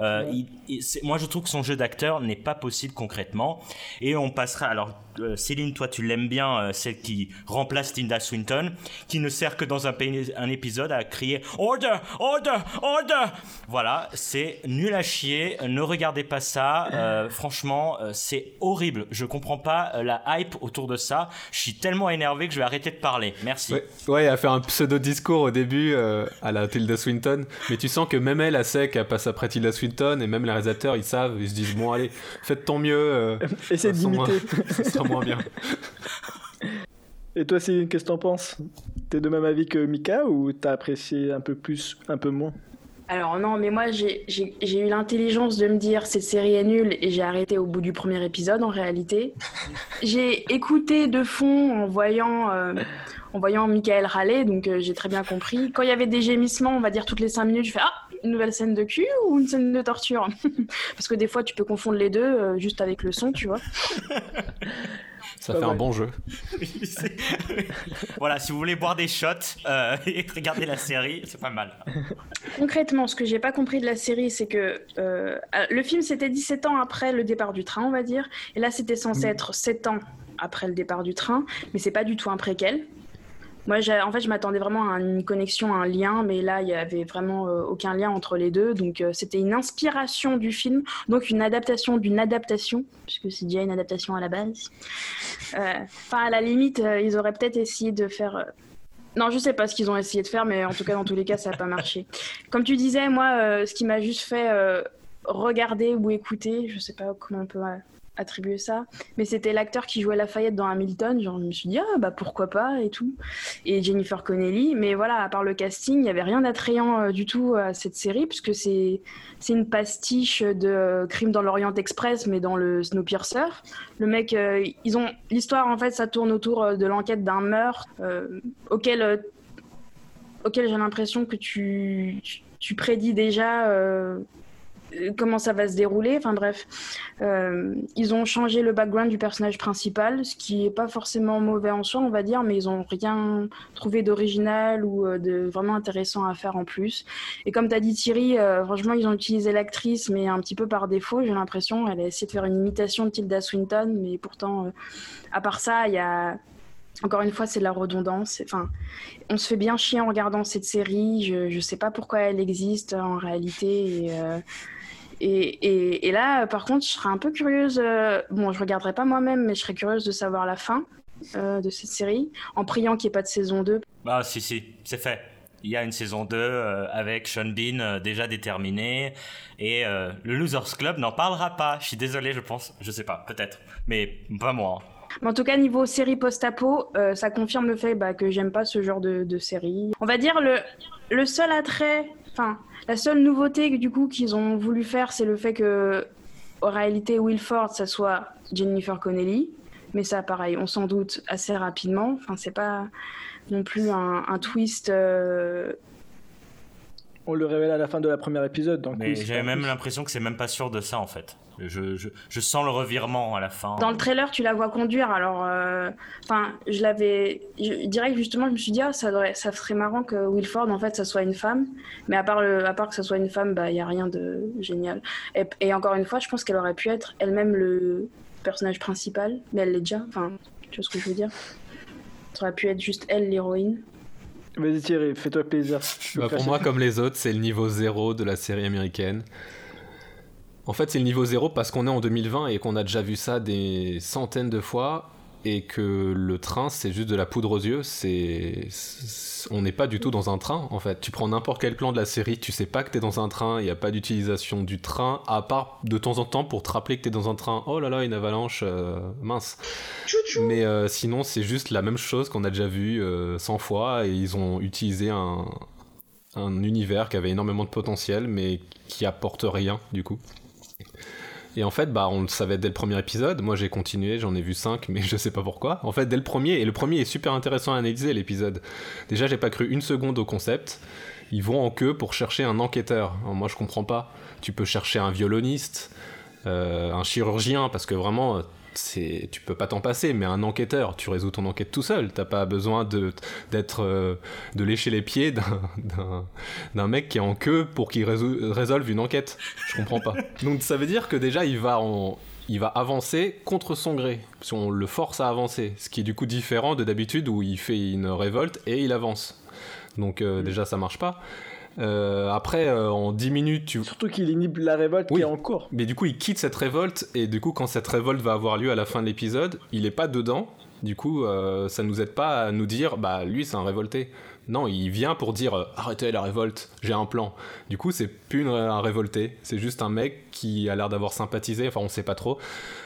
Moi, je trouve que son jeu d'acteur n'est pas possible concrètement. Et on passera, alors, Céline, toi, tu l'aimes bien, celle qui remplace Tilda Swinton, qui ne sert que dans un épisode à crier « Order! Order! Order !» Voilà, c'est nul à chier, ne regardez pas ça. Franchement, c'est horrible. Je comprends pas la hype autour de ça. Je suis tellement énervé que je vais arrêter de parler. Merci. Ouais, elle a fait un pseudo-discours au début à la Tilda Swinton, mais tu sens que même elle sait qu'elle passe après Tilda Swinton, et même les réalisateurs, ils savent, ils se disent « Bon, allez, faites ton mieux. » Essaye d'imiter. Ça sera moins bien. Et toi, Céline, qu'est-ce que t'en penses ? T'es de même avis que Mika, ou t'as apprécié un peu plus, un peu moins ? Alors non, mais moi j'ai eu l'intelligence de me dire cette série est nulle, et j'ai arrêté au bout du premier épisode en réalité. J'ai écouté de fond en voyant en voyant Michael râler, donc j'ai très bien compris. Quand il y avait des gémissements, on va dire toutes les 5 minutes, je fais « Ah, une nouvelle scène de cul ou une scène de torture ?» Parce que des fois, tu peux confondre les deux juste avec le son, tu vois. Ça fait un bon jeu. Voilà, si vous voulez boire des shots et regarder la série, c'est pas mal. Concrètement, ce que j'ai pas compris de la série, c'est que le film c'était 17 ans après le départ du train, on va dire, et là c'était censé être 7 ans après le départ du train, mais c'est pas du tout un préquel. Moi, en fait, je m'attendais vraiment à une connexion, à un lien, mais là, il y avait vraiment aucun lien entre les deux. Donc, c'était une inspiration du film, donc une adaptation d'une adaptation, puisque c'est déjà une adaptation à la base. Enfin, à la limite, ils auraient peut-être essayé de faire... Non, je sais pas ce qu'ils ont essayé de faire, mais en tout cas, dans tous les cas, ça n'a pas marché. Comme tu disais, moi, ce qui m'a juste fait regarder ou écouter, je sais pas comment on peut attribuer ça, mais c'était l'acteur qui jouait Lafayette dans Hamilton. Genre, je me suis dit, ah bah pourquoi pas et tout. Et Jennifer Connelly, mais voilà, à part le casting, il n'y avait rien d'attrayant du tout à cette série, puisque c'est une pastiche de Crime dans l'Orient Express, mais dans le Snowpiercer. Le mec, l'histoire en fait, ça tourne autour de l'enquête d'un meurtre auquel j'ai l'impression que tu prédis déjà comment ça va se dérouler. Enfin bref, ils ont changé le background du personnage principal, ce qui est pas forcément mauvais en soi, on va dire, mais ils ont rien trouvé d'original ou de vraiment intéressant à faire en plus. Et comme t'as dit Thierry, franchement ils ont utilisé l'actrice, mais un petit peu par défaut, j'ai l'impression. Elle a essayé de faire une imitation de Tilda Swinton, mais pourtant à part ça, il y a... Encore une fois, c'est de la redondance. Enfin, on se fait bien chier en regardant cette série. Je sais pas pourquoi elle existe en réalité. Et là, par contre, je serais un peu curieuse. Bon, je regarderai pas moi-même, mais je serais curieuse de savoir la fin de cette série, en priant qu'il n'y ait pas de saison 2. Ah, si, c'est fait. Il y a une saison 2 avec Sean Bean déjà déterminé. Et le Losers Club n'en parlera pas. Je suis désolé, je pense. Je sais pas, peut-être. Mais pas moi. Mais en tout cas, niveau série post-apo, ça confirme le fait que j'aime pas ce genre de série. On va dire le seul attrait, enfin, la seule nouveauté du coup qu'ils ont voulu faire, c'est le fait que, en réalité, Will Ford, ça soit Jennifer Connelly. Mais ça, pareil, on s'en doute assez rapidement. Enfin, c'est pas non plus un twist... On le révèle à la fin de la première épisode. Donc mais oui, j'avais même l'impression que c'est même pas sûr de ça en fait. Je sens le revirement à la fin. Dans le trailer, tu la vois conduire. Alors, direct justement, je me suis dit, ça serait marrant que Will Ford, en fait, ça soit une femme. Mais à part que ça soit une femme, il y a rien de génial. Et encore une fois, je pense qu'elle aurait pu être elle-même le personnage principal, mais elle l'est déjà. Enfin, tu vois ce que je veux dire. Ça aurait pu être juste elle l'héroïne. Vas-y Thierry, fais-toi plaisir. Pour moi, comme les autres, c'est le niveau 0 de la série américaine. En fait, c'est le niveau 0 parce qu'on est en 2020 et qu'on a déjà vu ça des centaines de fois et que le train, c'est juste de la poudre aux yeux. On n'est pas du tout dans un train, en fait. Tu prends n'importe quel plan de la série, tu sais pas que t'es dans un train, il n'y a pas d'utilisation du train, à part de temps en temps pour te rappeler que t'es dans un train. Oh là là, une avalanche, mince. Mais sinon, c'est juste la même chose qu'on a déjà vu 100 fois et ils ont utilisé un univers qui avait énormément de potentiel, mais qui apporte rien, du coup. Et en fait, on le savait dès le premier épisode. Moi, j'ai continué, j'en ai vu 5, mais je sais pas pourquoi. En fait, dès le premier, et le premier est super intéressant à analyser, l'épisode. Déjà, j'ai pas cru une seconde au concept. Ils vont en queue pour chercher un enquêteur. Alors, moi, je comprends pas. Tu peux chercher un violoniste, un chirurgien, parce que vraiment... tu peux pas t'en passer, mais un enquêteur, tu résous ton enquête tout seul. T'as pas besoin de lécher les pieds d'un mec qui est en queue pour qu'il résolve une enquête. Je comprends pas. Donc ça veut dire que déjà il va avancer contre son gré, si on le force à avancer, ce qui est du coup différent de d'habitude où il fait une révolte et il avance. Donc déjà ça marche pas. Après en 10 minutes surtout qu'il inhibe la révolte qui est en cours, mais du coup il quitte cette révolte et du coup quand cette révolte va avoir lieu à la fin de l'épisode il est pas dedans, du coup ça nous aide pas à nous dire lui c'est un révolté. Non, il vient pour dire arrêtez la révolte, j'ai un plan. Du coup c'est plus un révolté, c'est juste un mec qui a l'air d'avoir sympathisé, enfin on sait pas trop.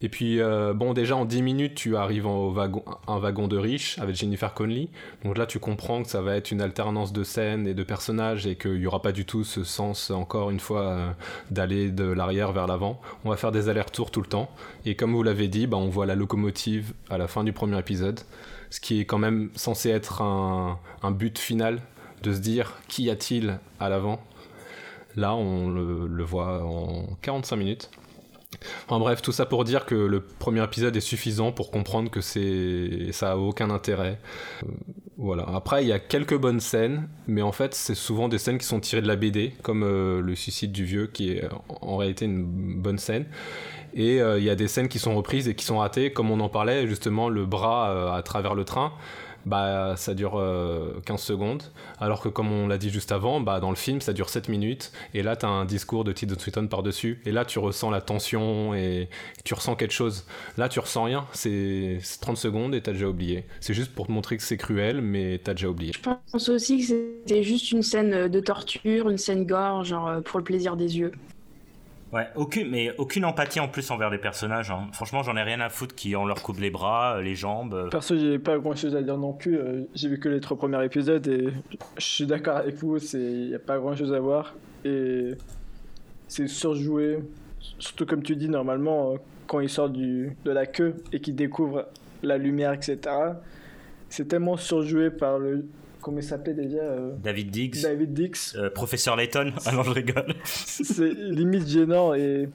Et puis, déjà en 10 minutes, tu arrives un wagon de riche avec Jennifer Connelly. Donc là, tu comprends que ça va être une alternance de scènes et de personnages et qu'il n'y aura pas du tout ce sens, encore une fois, d'aller de l'arrière vers l'avant. On va faire des allers-retours tout le temps. Et comme vous l'avez dit, on voit la locomotive à la fin du premier épisode, ce qui est quand même censé être un but final, de se dire qui y a-t-il à l'avant. Là, on le voit en 45 minutes. Enfin bref, tout ça pour dire que le premier épisode est suffisant pour comprendre que ça a aucun intérêt. Voilà. Après, il y a quelques bonnes scènes, mais en fait, c'est souvent des scènes qui sont tirées de la BD, comme le suicide du vieux, qui est en réalité une bonne scène. Et il y a des scènes qui sont reprises et qui sont ratées, comme on en parlait, justement, le bras à travers le train. Ça dure 15 secondes, alors que comme on l'a dit juste avant, dans le film ça dure 7 minutes, et là t'as un discours de Tilda Swinton par-dessus, et là tu ressens la tension et tu ressens quelque chose. Là tu ressens rien, c'est 30 secondes et t'as déjà oublié. C'est juste pour te montrer que c'est cruel, mais t'as déjà oublié. Je pense aussi que c'était juste une scène de torture, une scène gore, genre pour le plaisir des yeux. Ouais, aucune empathie en plus envers les personnages. Hein. Franchement, j'en ai rien à foutre qui on leur coupe les bras, les jambes. Perso, j'ai pas grand chose à dire non plus. J'ai vu que les 3 premiers épisodes et je suis d'accord avec vous, il n'y a pas grand chose à voir. Et c'est surjoué. Surtout comme tu dis, normalement, quand ils sortent de la queue et qu'ils découvrent la lumière, etc., c'est tellement surjoué par le... Comment il s'appelait déjà David Diggs. Professeur Layton. Ah non, je rigole. C'est limite gênant et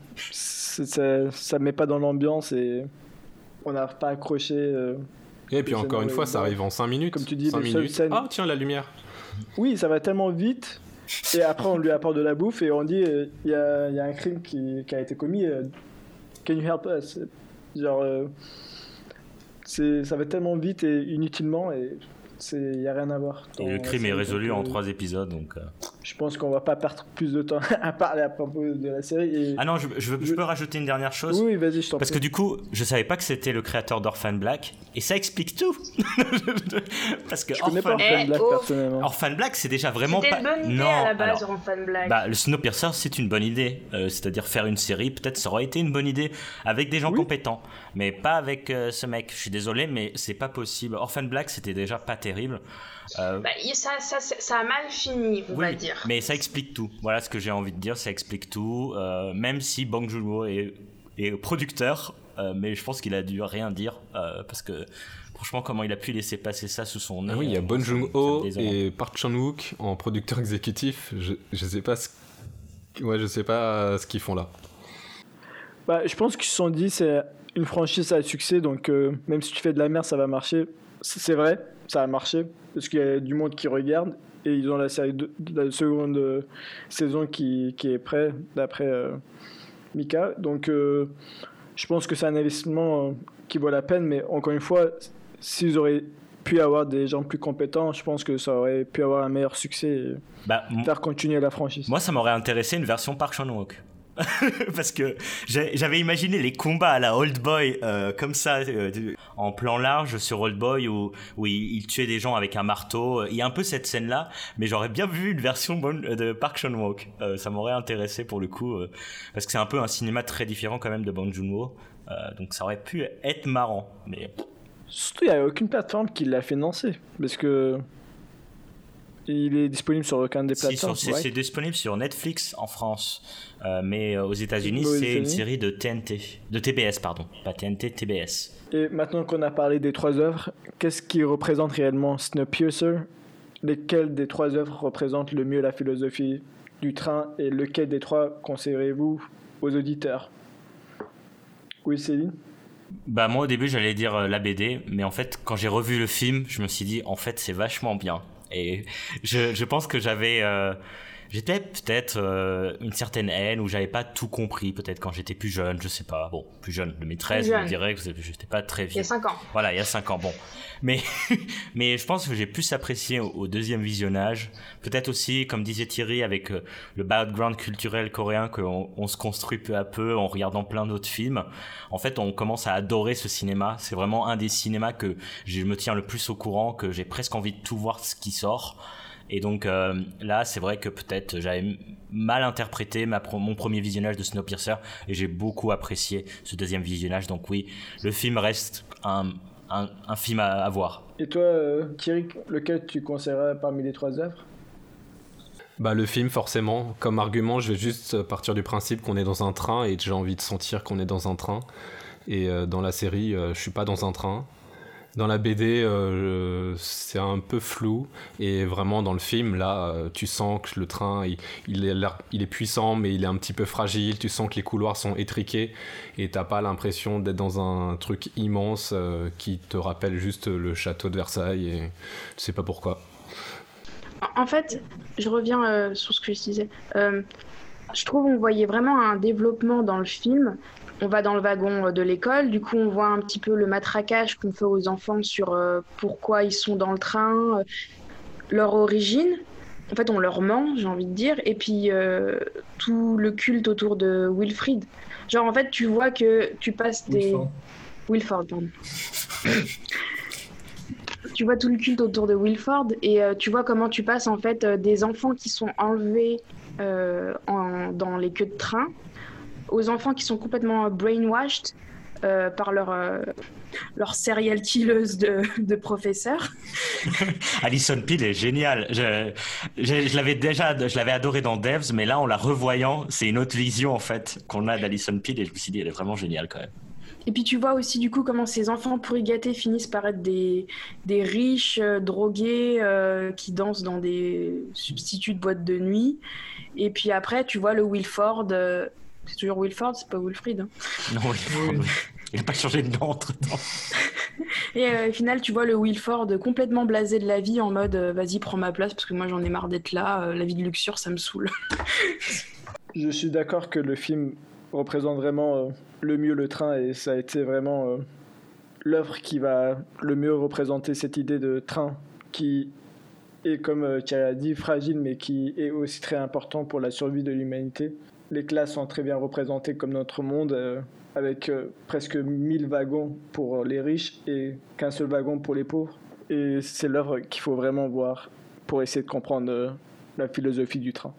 ça met pas dans l'ambiance et on n'arrive pas à accrocher. Et puis encore une fois, ça arrive en 5 minutes. Comme tu dis, 5 minutes. Scènes... Ah tiens, la lumière. Oui, ça va tellement vite. Et après, on lui apporte de la bouffe et on dit il y a un crime qui a été commis. Can you help us? Genre, ça va tellement vite et inutilement et... Il n'y a rien à voir. Et le crime est résolu en 3 épisodes. Donc, je pense qu'on va pas perdre plus de temps à parler à propos de la série. Et... Ah non, je peux rajouter une dernière chose. Oui, vas-y, je t'en prie. Parce que du coup, je savais pas que c'était le créateur d'Orphan Black. Et ça explique tout. Parce que je connais pas Orphan Black personnellement. Orphan Black, c'est déjà vraiment pas... C'était une bonne idée à la base, alors, Orphan Black. Le Snowpiercer, c'est une bonne idée. C'est-à-dire faire une série, peut-être ça aurait été une bonne idée avec des gens compétents. Mais pas avec ce mec. Je suis désolé, mais c'est pas possible. Orphan Black, c'était déjà pas terrible. Ça a mal fini, on va dire. Mais ça explique tout. Voilà ce que j'ai envie de dire, ça explique tout. Même si Bong Joon-ho est producteur, mais je pense qu'il a dû rien dire parce que franchement, comment il a pu laisser passer ça sous son nez. Ah oui, il y a Bong Joon-ho et Park Chan-wook en producteur exécutif. Je sais pas je sais pas ce qu'ils font là. Je pense qu'ils se sont dit c'est une franchise à succès, donc même si tu fais de la merde, ça va marcher. C'est vrai, ça a marché parce qu'il y a du monde qui regarde et ils ont la série de la seconde saison qui est prête d'après Mika. Donc je pense que c'est un investissement qui vaut la peine, mais encore une fois, s'ils auraient pu avoir des gens plus compétents, je pense que ça aurait pu avoir un meilleur succès et faire continuer la franchise. Moi, ça m'aurait intéressé une version Park Chan-wook. Parce que j'avais imaginé les combats à la Old Boy comme ça en plan large sur Old Boy où il tuait des gens avec un marteau. Il y a un peu cette scène là, mais j'aurais bien vu une version de Park Chan-wook. Ça m'aurait intéressé pour le coup parce que c'est un peu un cinéma très différent quand même de Bong Joon-ho, donc ça aurait pu être marrant, mais surtout il n'y a aucune plateforme qui l'a financé parce que il est disponible sur aucun des plateformes. C'est disponible sur Netflix en France, mais aux États-Unis, c'est une série de TBS, pardon, pas TNT, TBS. Et maintenant qu'on a parlé des 3 œuvres, qu'est-ce qui représente réellement Snowpiercer? Lesquelles des 3 œuvres représentent le mieux la philosophie du train et lequel des 3 conseillerez-vous aux auditeurs? Oui, Céline? Moi, au début, j'allais dire la BD, mais en fait, quand j'ai revu le film, je me suis dit, en fait, c'est vachement bien. Et je pense que j'étais peut-être une certaine haine où j'avais pas tout compris, peut-être quand j'étais plus jeune, je sais pas. Bon, plus jeune, de mes 13, je dirais que j'étais pas très vieux. Il y a 5 ans. Voilà, il y a 5 ans, bon. Mais je pense que j'ai plus apprécié au deuxième visionnage. Peut-être aussi, comme disait Thierry, avec le background culturel coréen qu'on se construit peu à peu en regardant plein d'autres films. En fait, on commence à adorer ce cinéma. C'est vraiment un des cinémas que je me tiens le plus au courant, que j'ai presque envie de tout voir ce qui sort. Et donc là, c'est vrai que peut-être j'avais mal interprété mon premier visionnage de Snowpiercer et j'ai beaucoup apprécié ce deuxième visionnage. Donc oui, le film reste un film à voir. Et toi, Thierry, lequel tu conseillerais parmi les 3 œuvres ? Bah, le film, forcément. Comme argument, je vais juste partir du principe qu'on est dans un train et j'ai envie de sentir qu'on est dans un train. Et dans la série, je suis pas dans un train. Dans la BD, c'est un peu flou. Et vraiment, dans le film, là, tu sens que le train, il est puissant, mais il est un petit peu fragile. Tu sens que les couloirs sont étriqués. Et t'as pas l'impression d'être dans un truc immense qui te rappelle juste le château de Versailles. Et tu sais pas pourquoi. En fait, je reviens sur ce que je disais. Je trouve qu'on voyait vraiment un développement dans le film. On va dans le wagon de l'école, du coup on voit un petit peu le matraquage qu'on fait aux enfants sur pourquoi ils sont dans le train, leur origine. En fait, on leur ment, j'ai envie de dire, et puis tout le culte autour de Wilfrid. Genre, en fait, tu vois que tu passes des... Wilford, pardon. Tu vois tout le culte autour de Wilford et tu vois comment tu passes en fait des enfants qui sont enlevés dans les queues de train aux enfants qui sont complètement brainwashed par leur serial killeuse de professeur. Alison Peel est géniale. Je l'avais adoré dans Devs, mais là en la revoyant, c'est une autre vision en fait qu'on a d'Alison Peel et je me suis dit elle est vraiment géniale quand même. Et puis tu vois aussi du coup comment ces enfants pourris gâtés finissent par être des riches drogués qui dansent dans des substituts de boîtes de nuit. Et puis après tu vois le Wilford, c'est toujours Wilford, c'est pas Wilfrid. Hein. Non, Wilford, il n'a pas changé de nom entre-temps. Et au final tu vois le Wilford complètement blasé de la vie en mode vas-y prends ma place parce que moi j'en ai marre d'être là, la vie de luxure ça me saoule. Je suis d'accord que le film représente vraiment le mieux le train et ça a été vraiment l'œuvre qui va le mieux représenter cette idée de train qui est, comme tu as dit, fragile mais qui est aussi très important pour la survie de l'humanité. Les classes sont très bien représentées comme notre monde avec presque 1000 wagons pour les riches et qu'un seul wagon pour les pauvres. Et c'est l'œuvre qu'il faut vraiment voir pour essayer de comprendre la philosophie du train.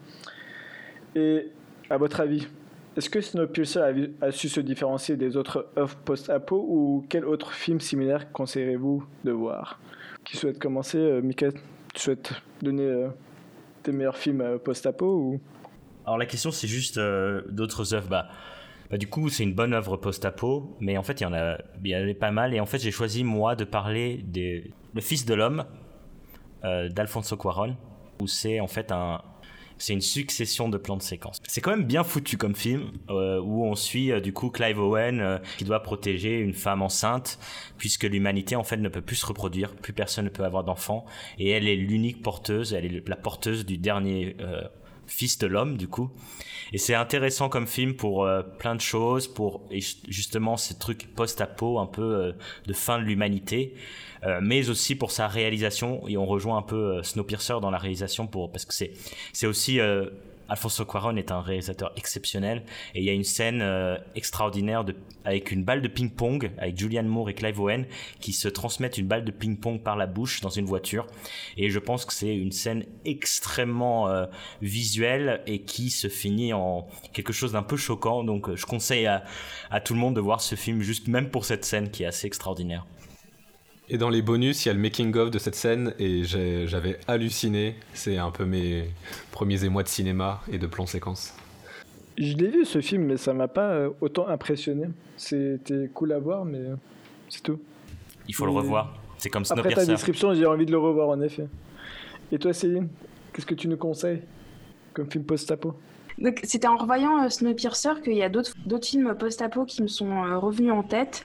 Et à votre avis, est-ce que Snowpiercer a su se différencier des autres œuvres post-apo ou quel autre film similaire conseillerez-vous de voir ? Qui souhaite commencer ? Mickaël, tu souhaites donner tes meilleurs films post-apo ou... Alors la question c'est juste d'autres œuvres. Bah, du coup c'est une bonne œuvre post-apo, mais en fait il y en avait pas mal et en fait j'ai choisi moi de parler Le Fils de l'Homme d'Alfonso Cuarón où c'est en fait c'est une succession de plans de séquences. C'est quand même bien foutu comme film où on suit du coup Clive Owen qui doit protéger une femme enceinte puisque l'humanité en fait ne peut plus se reproduire, plus personne ne peut avoir d'enfants et elle est l'unique porteuse, elle est la porteuse du dernier Fils de l'Homme du coup. Et c'est intéressant comme film pour plein de choses, pour justement ces trucs post-apo un peu de fin de l'humanité, mais aussi pour sa réalisation et on rejoint un peu Snowpiercer dans la réalisation parce que c'est aussi Alfonso Cuarón est un réalisateur exceptionnel et il y a une scène extraordinaire avec une balle de ping-pong avec Julianne Moore et Clive Owen qui se transmettent une balle de ping-pong par la bouche dans une voiture et je pense que c'est une scène extrêmement visuelle et qui se finit en quelque chose d'un peu choquant donc je conseille à tout le monde de voir ce film juste même pour cette scène qui est assez extraordinaire. Et dans les bonus, il y a le making-of de cette scène et j'avais halluciné. C'est un peu mes premiers émois de cinéma et de plans séquences. Je l'ai vu ce film, mais ça m'a pas autant impressionné. C'était cool à voir, mais c'est tout. Il faut le revoir. C'est comme Snowpiercer. Après ta description, j'ai envie de le revoir en effet. Et toi, Céline, qu'est-ce que tu nous conseilles comme film post-apo ? Donc, c'était en revoyant Snowpiercer qu'il y a d'autres films post-apo qui me sont revenus en tête.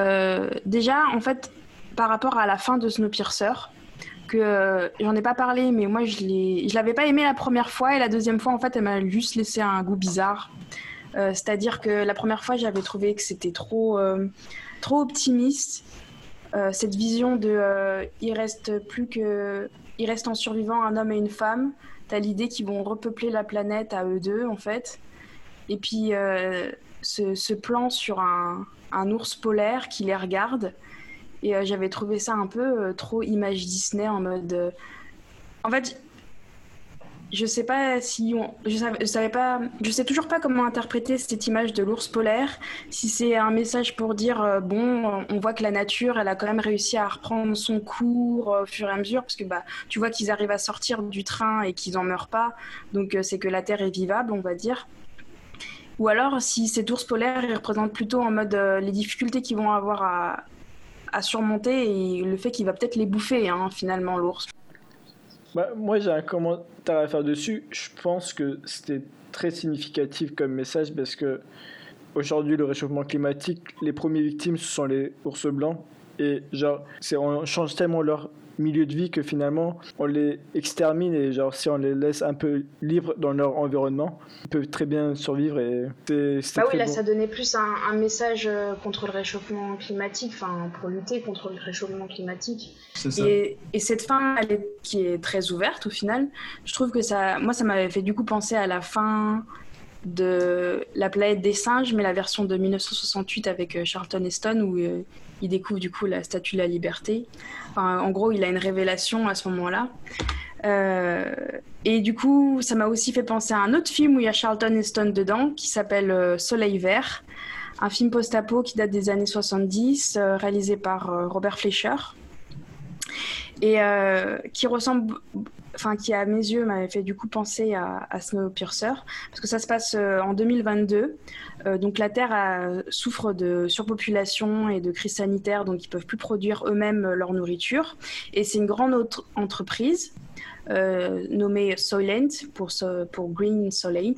Déjà, en fait, par rapport à la fin de Snowpiercer, que j'en ai pas parlé, mais moi je l'avais pas aimé la première fois et la deuxième fois en fait elle m'a juste laissé un goût bizarre. C'est-à-dire que la première fois j'avais trouvé que c'était trop optimiste. Cette vision de il reste en survivant un homme et une femme. T'as l'idée qu'ils vont repeupler la planète à eux deux en fait. Et puis ce plan sur un ours polaire qui les regarde. Et j'avais trouvé ça un peu trop image Disney en mode... En fait, je sais pas si je sais toujours pas comment interpréter cette image de l'ours polaire. Si c'est un message pour dire bon, on voit que la nature, elle a quand même réussi à reprendre son cours au fur et à mesure, parce que tu vois qu'ils arrivent à sortir du train et qu'ils en meurent pas. Donc c'est que la Terre est vivable, on va dire. Ou alors si cet ours polaire, il représente plutôt en mode les difficultés qu'ils vont avoir à surmonter et le fait qu'il va peut-être les bouffer, finalement, l'ours. Moi, j'ai un commentaire à faire dessus. Je pense que c'était très significatif comme message parce que aujourd'hui, le réchauffement climatique, les premières victimes, ce sont les ours blancs. Et on change tellement leur milieu de vie que finalement, on les extermine et si on les laisse un peu libres dans leur environnement, ils peuvent très bien survivre. Et c'est oui, là, bon. Ça donnait plus un message contre le réchauffement climatique, pour lutter contre le réchauffement climatique. C'est ça. Et cette fin, qui est très ouverte au final, je trouve que ça m'avait fait du coup penser à la fin de La planète des singes, mais la version de 1968 avec Charlton Heston où il découvre du coup la statue de la liberté. En gros, il a une révélation à ce moment-là. Et du coup, ça m'a aussi fait penser à un autre film où il y a Charlton Heston dedans, qui s'appelle Soleil vert, un film post-apo qui date des années 70, réalisé par Robert Fleischer, et qui ressemble... qui à mes yeux m'avait fait du coup penser à Snowpiercer, parce que ça se passe en 2022, donc la Terre souffre de surpopulation et de crise sanitaire, donc ils peuvent plus produire eux-mêmes leur nourriture, et c'est une grande entreprise nommée Soylent pour Green Soylent,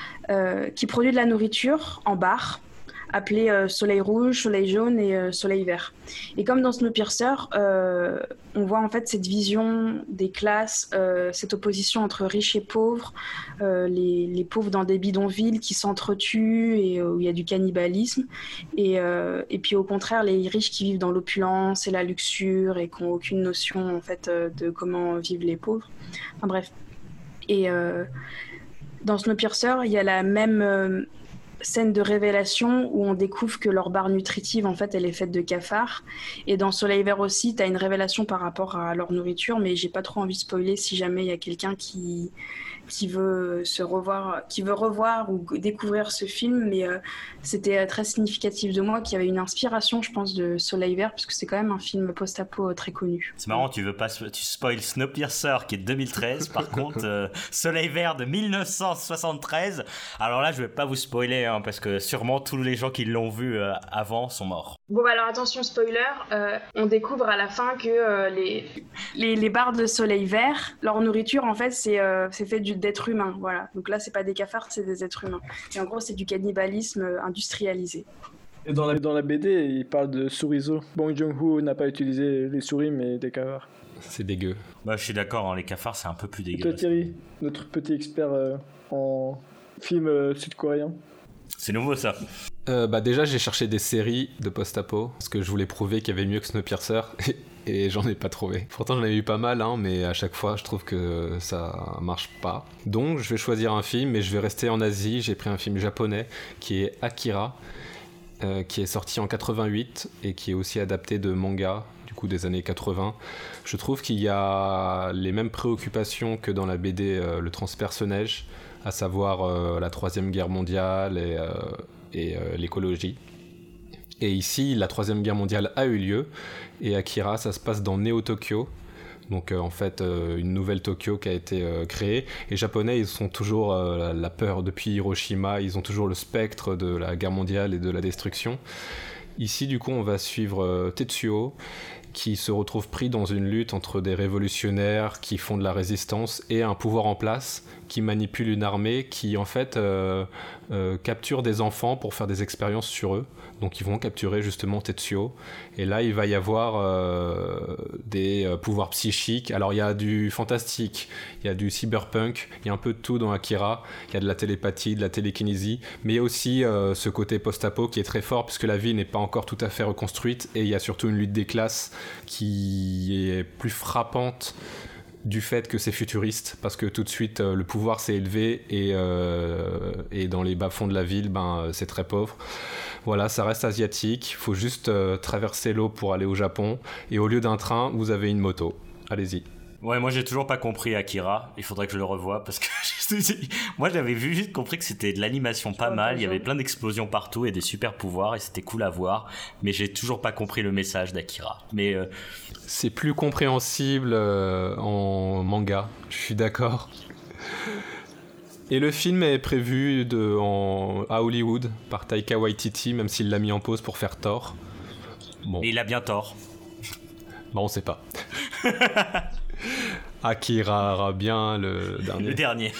qui produit de la nourriture en barres, appelé soleil rouge, soleil jaune et soleil vert. Et comme dans Snowpiercer, on voit en fait cette vision des classes, cette opposition entre riches et pauvres, les pauvres dans des bidonvilles qui s'entretuent et où il y a du cannibalisme, et puis au contraire les riches qui vivent dans l'opulence et la luxure et qui n'ont aucune notion en fait de comment vivent les pauvres. Enfin bref. Et dans Snowpiercer, il y a la même scène de révélation où on découvre que leur barre nutritive, en fait, elle est faite de cafards. Et dans Soleil vert aussi, tu as une révélation par rapport à leur nourriture, mais j'ai pas trop envie de spoiler si jamais il y a quelqu'un qui veut revoir ou découvrir ce film, mais c'était très significatif de moi qu'il y avait une inspiration, je pense, de Soleil vert, parce que c'est quand même un film post-apo très connu. C'est marrant, tu spoil Snowpiercer qui est de 2013, par contre Soleil vert de 1973. Alors là, je vais pas vous spoiler, parce que sûrement tous les gens qui l'ont vu avant sont morts. Bon, alors attention, spoiler, on découvre à la fin que les barres de Soleil vert, leur nourriture, en fait, c'est fait d'êtres humains, voilà. Donc là, c'est pas des cafards, c'est des êtres humains. Et en gros, c'est du cannibalisme industrialisé. Et dans la BD, il parle de souris-os. Bong Joon-ho n'a pas utilisé les souris, mais des cafards. C'est dégueu. Je suis d'accord, les cafards, c'est un peu plus dégueu. Toi, Thierry, notre petit expert en film sud-coréen. C'est nouveau, ça. Déjà, j'ai cherché des séries de post-apo, parce que je voulais prouver qu'il y avait mieux que Snowpiercer, et j'en ai pas trouvé. Pourtant, j'en ai eu pas mal, mais à chaque fois, je trouve que ça marche pas. Donc, je vais choisir un film, et je vais rester en Asie. J'ai pris un film japonais, qui est Akira, qui est sorti en 88, et qui est aussi adapté de manga, du coup, des années 80. Je trouve qu'il y a les mêmes préoccupations que dans la BD Le Transperce-Neige, à savoir la Troisième Guerre mondiale et l'écologie. Et ici, la Troisième Guerre mondiale a eu lieu, et Akira, ça se passe dans Néo-Tokyo, donc en fait une nouvelle Tokyo qui a été créée. Et les Japonais, ils ont toujours la peur depuis Hiroshima, ils ont toujours le spectre de la guerre mondiale et de la destruction. Ici, du coup, on va suivre Tetsuo, qui se retrouve pris dans une lutte entre des révolutionnaires qui font de la résistance et un pouvoir en place qui manipule une armée qui en fait capture des enfants pour faire des expériences sur eux. Donc ils vont capturer justement Tetsuo, et là il va y avoir des pouvoirs psychiques. Alors il y a du fantastique, il y a du cyberpunk, il y a un peu de tout dans Akira, il y a de la télépathie, de la télékinésie, mais il y a aussi ce côté post-apo qui est très fort puisque la vie n'est pas encore tout à fait reconstruite, et il y a surtout une lutte des classes qui est plus frappante du fait que c'est futuriste, parce que tout de suite le pouvoir s'est élevé, et dans les bas-fonds de la ville, c'est très pauvre. Voilà, ça reste asiatique, il faut juste traverser l'eau pour aller au Japon, et au lieu d'un train, vous avez une moto. Allez-y. Ouais, moi j'ai toujours pas compris Akira. Il faudrait que je le revoie parce que moi j'avais juste compris que c'était de l'animation pas mal. Il y avait plein d'explosions partout et des super pouvoirs et c'était cool à voir. Mais j'ai toujours pas compris le message d'Akira. Mais c'est plus compréhensible en manga. Je suis d'accord. Et le film est prévu à Hollywood par Taika Waititi, même s'il l'a mis en pause pour faire Thor. Bon. Et il a bien tort. Bon, on sait pas. Akira aura bien le dernier. Le dernier.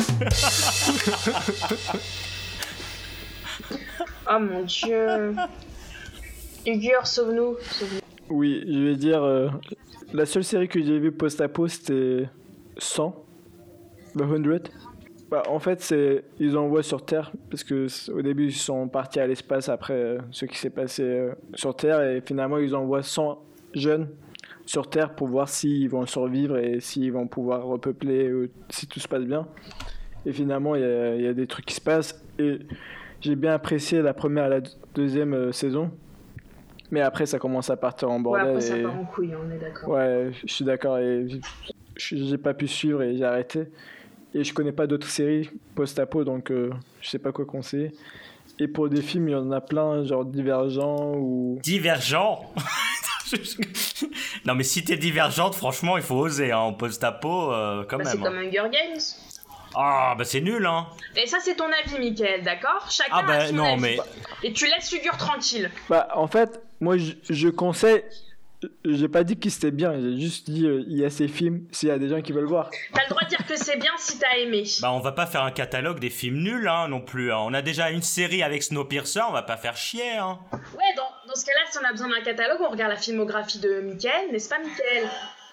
Oh mon dieu. Ugur, sauve-nous. Oui, je vais dire, la seule série que j'ai vue post-apo, c'était 100, The 100. Bah, en fait, ils envoient sur Terre, parce que au début, ils sont partis à l'espace après ce qui s'est passé sur Terre, et finalement, ils envoient 100 jeunes sur Terre pour voir s'ils vont survivre et s'ils vont pouvoir repeupler, si tout se passe bien. Et finalement, il y a des trucs qui se passent, et j'ai bien apprécié la première et la deuxième saison. Mais après, ça commence à partir en bordel. Ouais, après, ça part en couille, on est d'accord. Ouais, je suis d'accord. Et j'ai pas pu suivre et j'ai arrêté. Et je connais pas d'autres séries post-apo, donc je sais pas quoi conseiller. Et pour des films, il y en a plein, genre Divergent ou... Divergent. Non, mais si t'es divergente, franchement, il faut oser, hein, en post-apo, quand même. C'est comme Hunger Games. Ah, bah c'est nul, hein. Et ça, c'est ton avis, Mickaël, d'accord? Chacun a son avis. Mais... Et tu laisses Ugur tranquille. Bah, en fait, moi, je conseille... J'ai pas dit que c'était bien, j'ai juste dit il y a ces films, s'il y a des gens qui veulent voir. T'as le droit de dire que c'est bien si t'as aimé. Bah, on va pas faire un catalogue des films nuls, hein, non plus. Hein. On a déjà une série avec Snowpiercer, on va pas faire chier, hein. Ouais, dans ce cas-là, si on a besoin d'un catalogue, on regarde la filmographie de Mickaël, n'est-ce pas, Mickaël?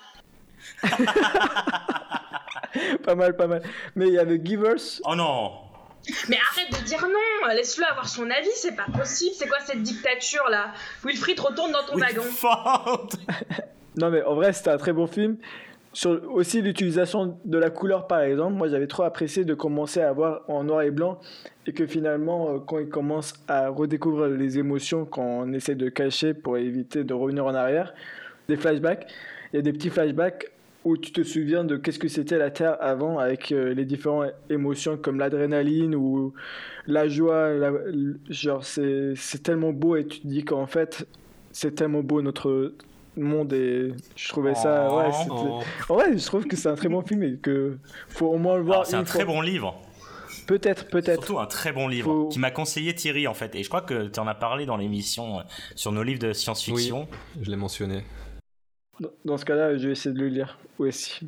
Pas mal. Mais il y a The Givers. Oh non. Mais arrête de dire non, laisse-le avoir son avis, c'est pas possible. C'est quoi cette dictature là? Wilfried, retourne dans ton wagon. Non mais en vrai c'était un très bon film. Sur aussi l'utilisation de la couleur par exemple, moi j'avais trop apprécié de commencer à voir en noir et blanc et que finalement quand il commence à redécouvrir les émotions qu'on essaie de cacher pour éviter de revenir en arrière, des flashbacks, il y a des petits flashbacks où tu te souviens de qu'est-ce que c'était la Terre avant avec les différentes émotions comme l'adrénaline ou la joie, genre c'est tellement beau et tu te dis qu'en fait c'est tellement beau notre monde et je trouvais ça en vrai je trouve que c'est un très bon film et que faut au moins le voir. C'est un très bon livre. Peut-être. Surtout un très bon livre qui m'a conseillé Thierry en fait et je crois que tu en as parlé dans l'émission sur nos livres de science-fiction. Oui, je l'ai mentionné. Dans ce cas-là, je vais essayer de le lire aussi.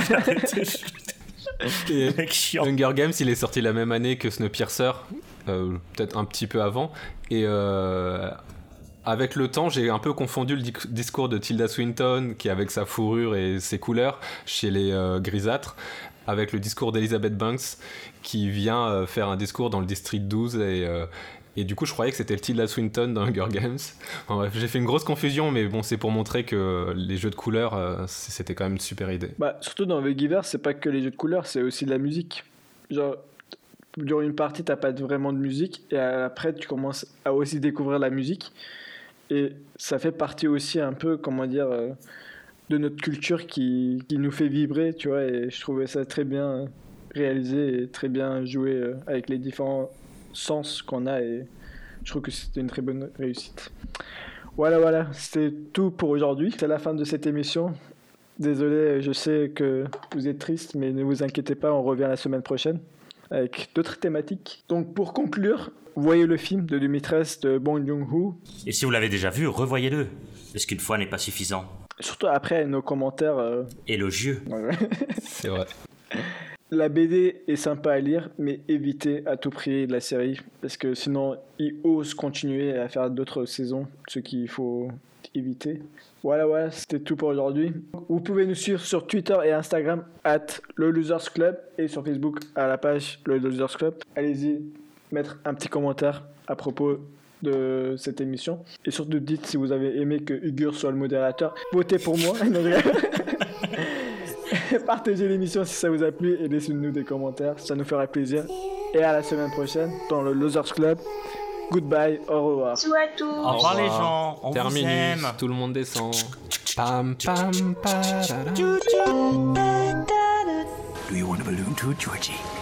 Et Hunger Games, il est sorti la même année que Snowpiercer, peut-être un petit peu avant. Et avec le temps, j'ai un peu confondu le discours de Tilda Swinton, qui avec sa fourrure et ses couleurs, chez les grisâtres, avec le discours d'Elizabeth Banks, qui vient faire un discours dans le District 12 et du coup, je croyais que c'était le Tilda Swinton dans Hunger Games. Enfin, bref, j'ai fait une grosse confusion, mais bon, c'est pour montrer que les jeux de couleurs, c'était quand même une super idée. Bah, surtout dans The Givers, c'est pas que les jeux de couleurs, c'est aussi de la musique. Genre, durant une partie, t'as pas vraiment de musique, et après, tu commences à aussi découvrir la musique. Et ça fait partie aussi un peu, comment dire, de notre culture qui nous fait vibrer, tu vois, et je trouvais ça très bien réalisé et très bien joué avec les différents sens qu'on a et je trouve que c'était une très bonne réussite. Voilà, c'était tout pour aujourd'hui. C'est la fin de cette émission. Désolé, je sais que vous êtes triste, mais ne vous inquiétez pas, on revient la semaine prochaine avec d'autres thématiques. Donc pour conclure, voyez le film de 2013 de Bong Joon-ho. Et si vous l'avez déjà vu, revoyez-le, parce qu'une fois n'est pas suffisant. Surtout après nos commentaires élogieux. Ouais. C'est vrai. La BD est sympa à lire, mais évitez à tout prix la série, parce que sinon, ils osent continuer à faire d'autres saisons, ce qu'il faut éviter. Voilà, c'était tout pour aujourd'hui. Vous pouvez nous suivre sur Twitter et Instagram @LeLosersClub et sur Facebook à la page Le Losers Club. Allez-y, mettre un petit commentaire à propos de cette émission. Et surtout, dites si vous avez aimé que Ugur soit le modérateur. Votez pour moi. Partagez l'émission si ça vous a plu et laissez-nous des commentaires, ça nous fera plaisir. Et à la semaine prochaine dans le Losers Club. Goodbye, au revoir. Bisous à tous. Au revoir les gens, on Terminus, vous aime. tout le monde descend. Pam pam parara. Do you want a balloon too, Georgie?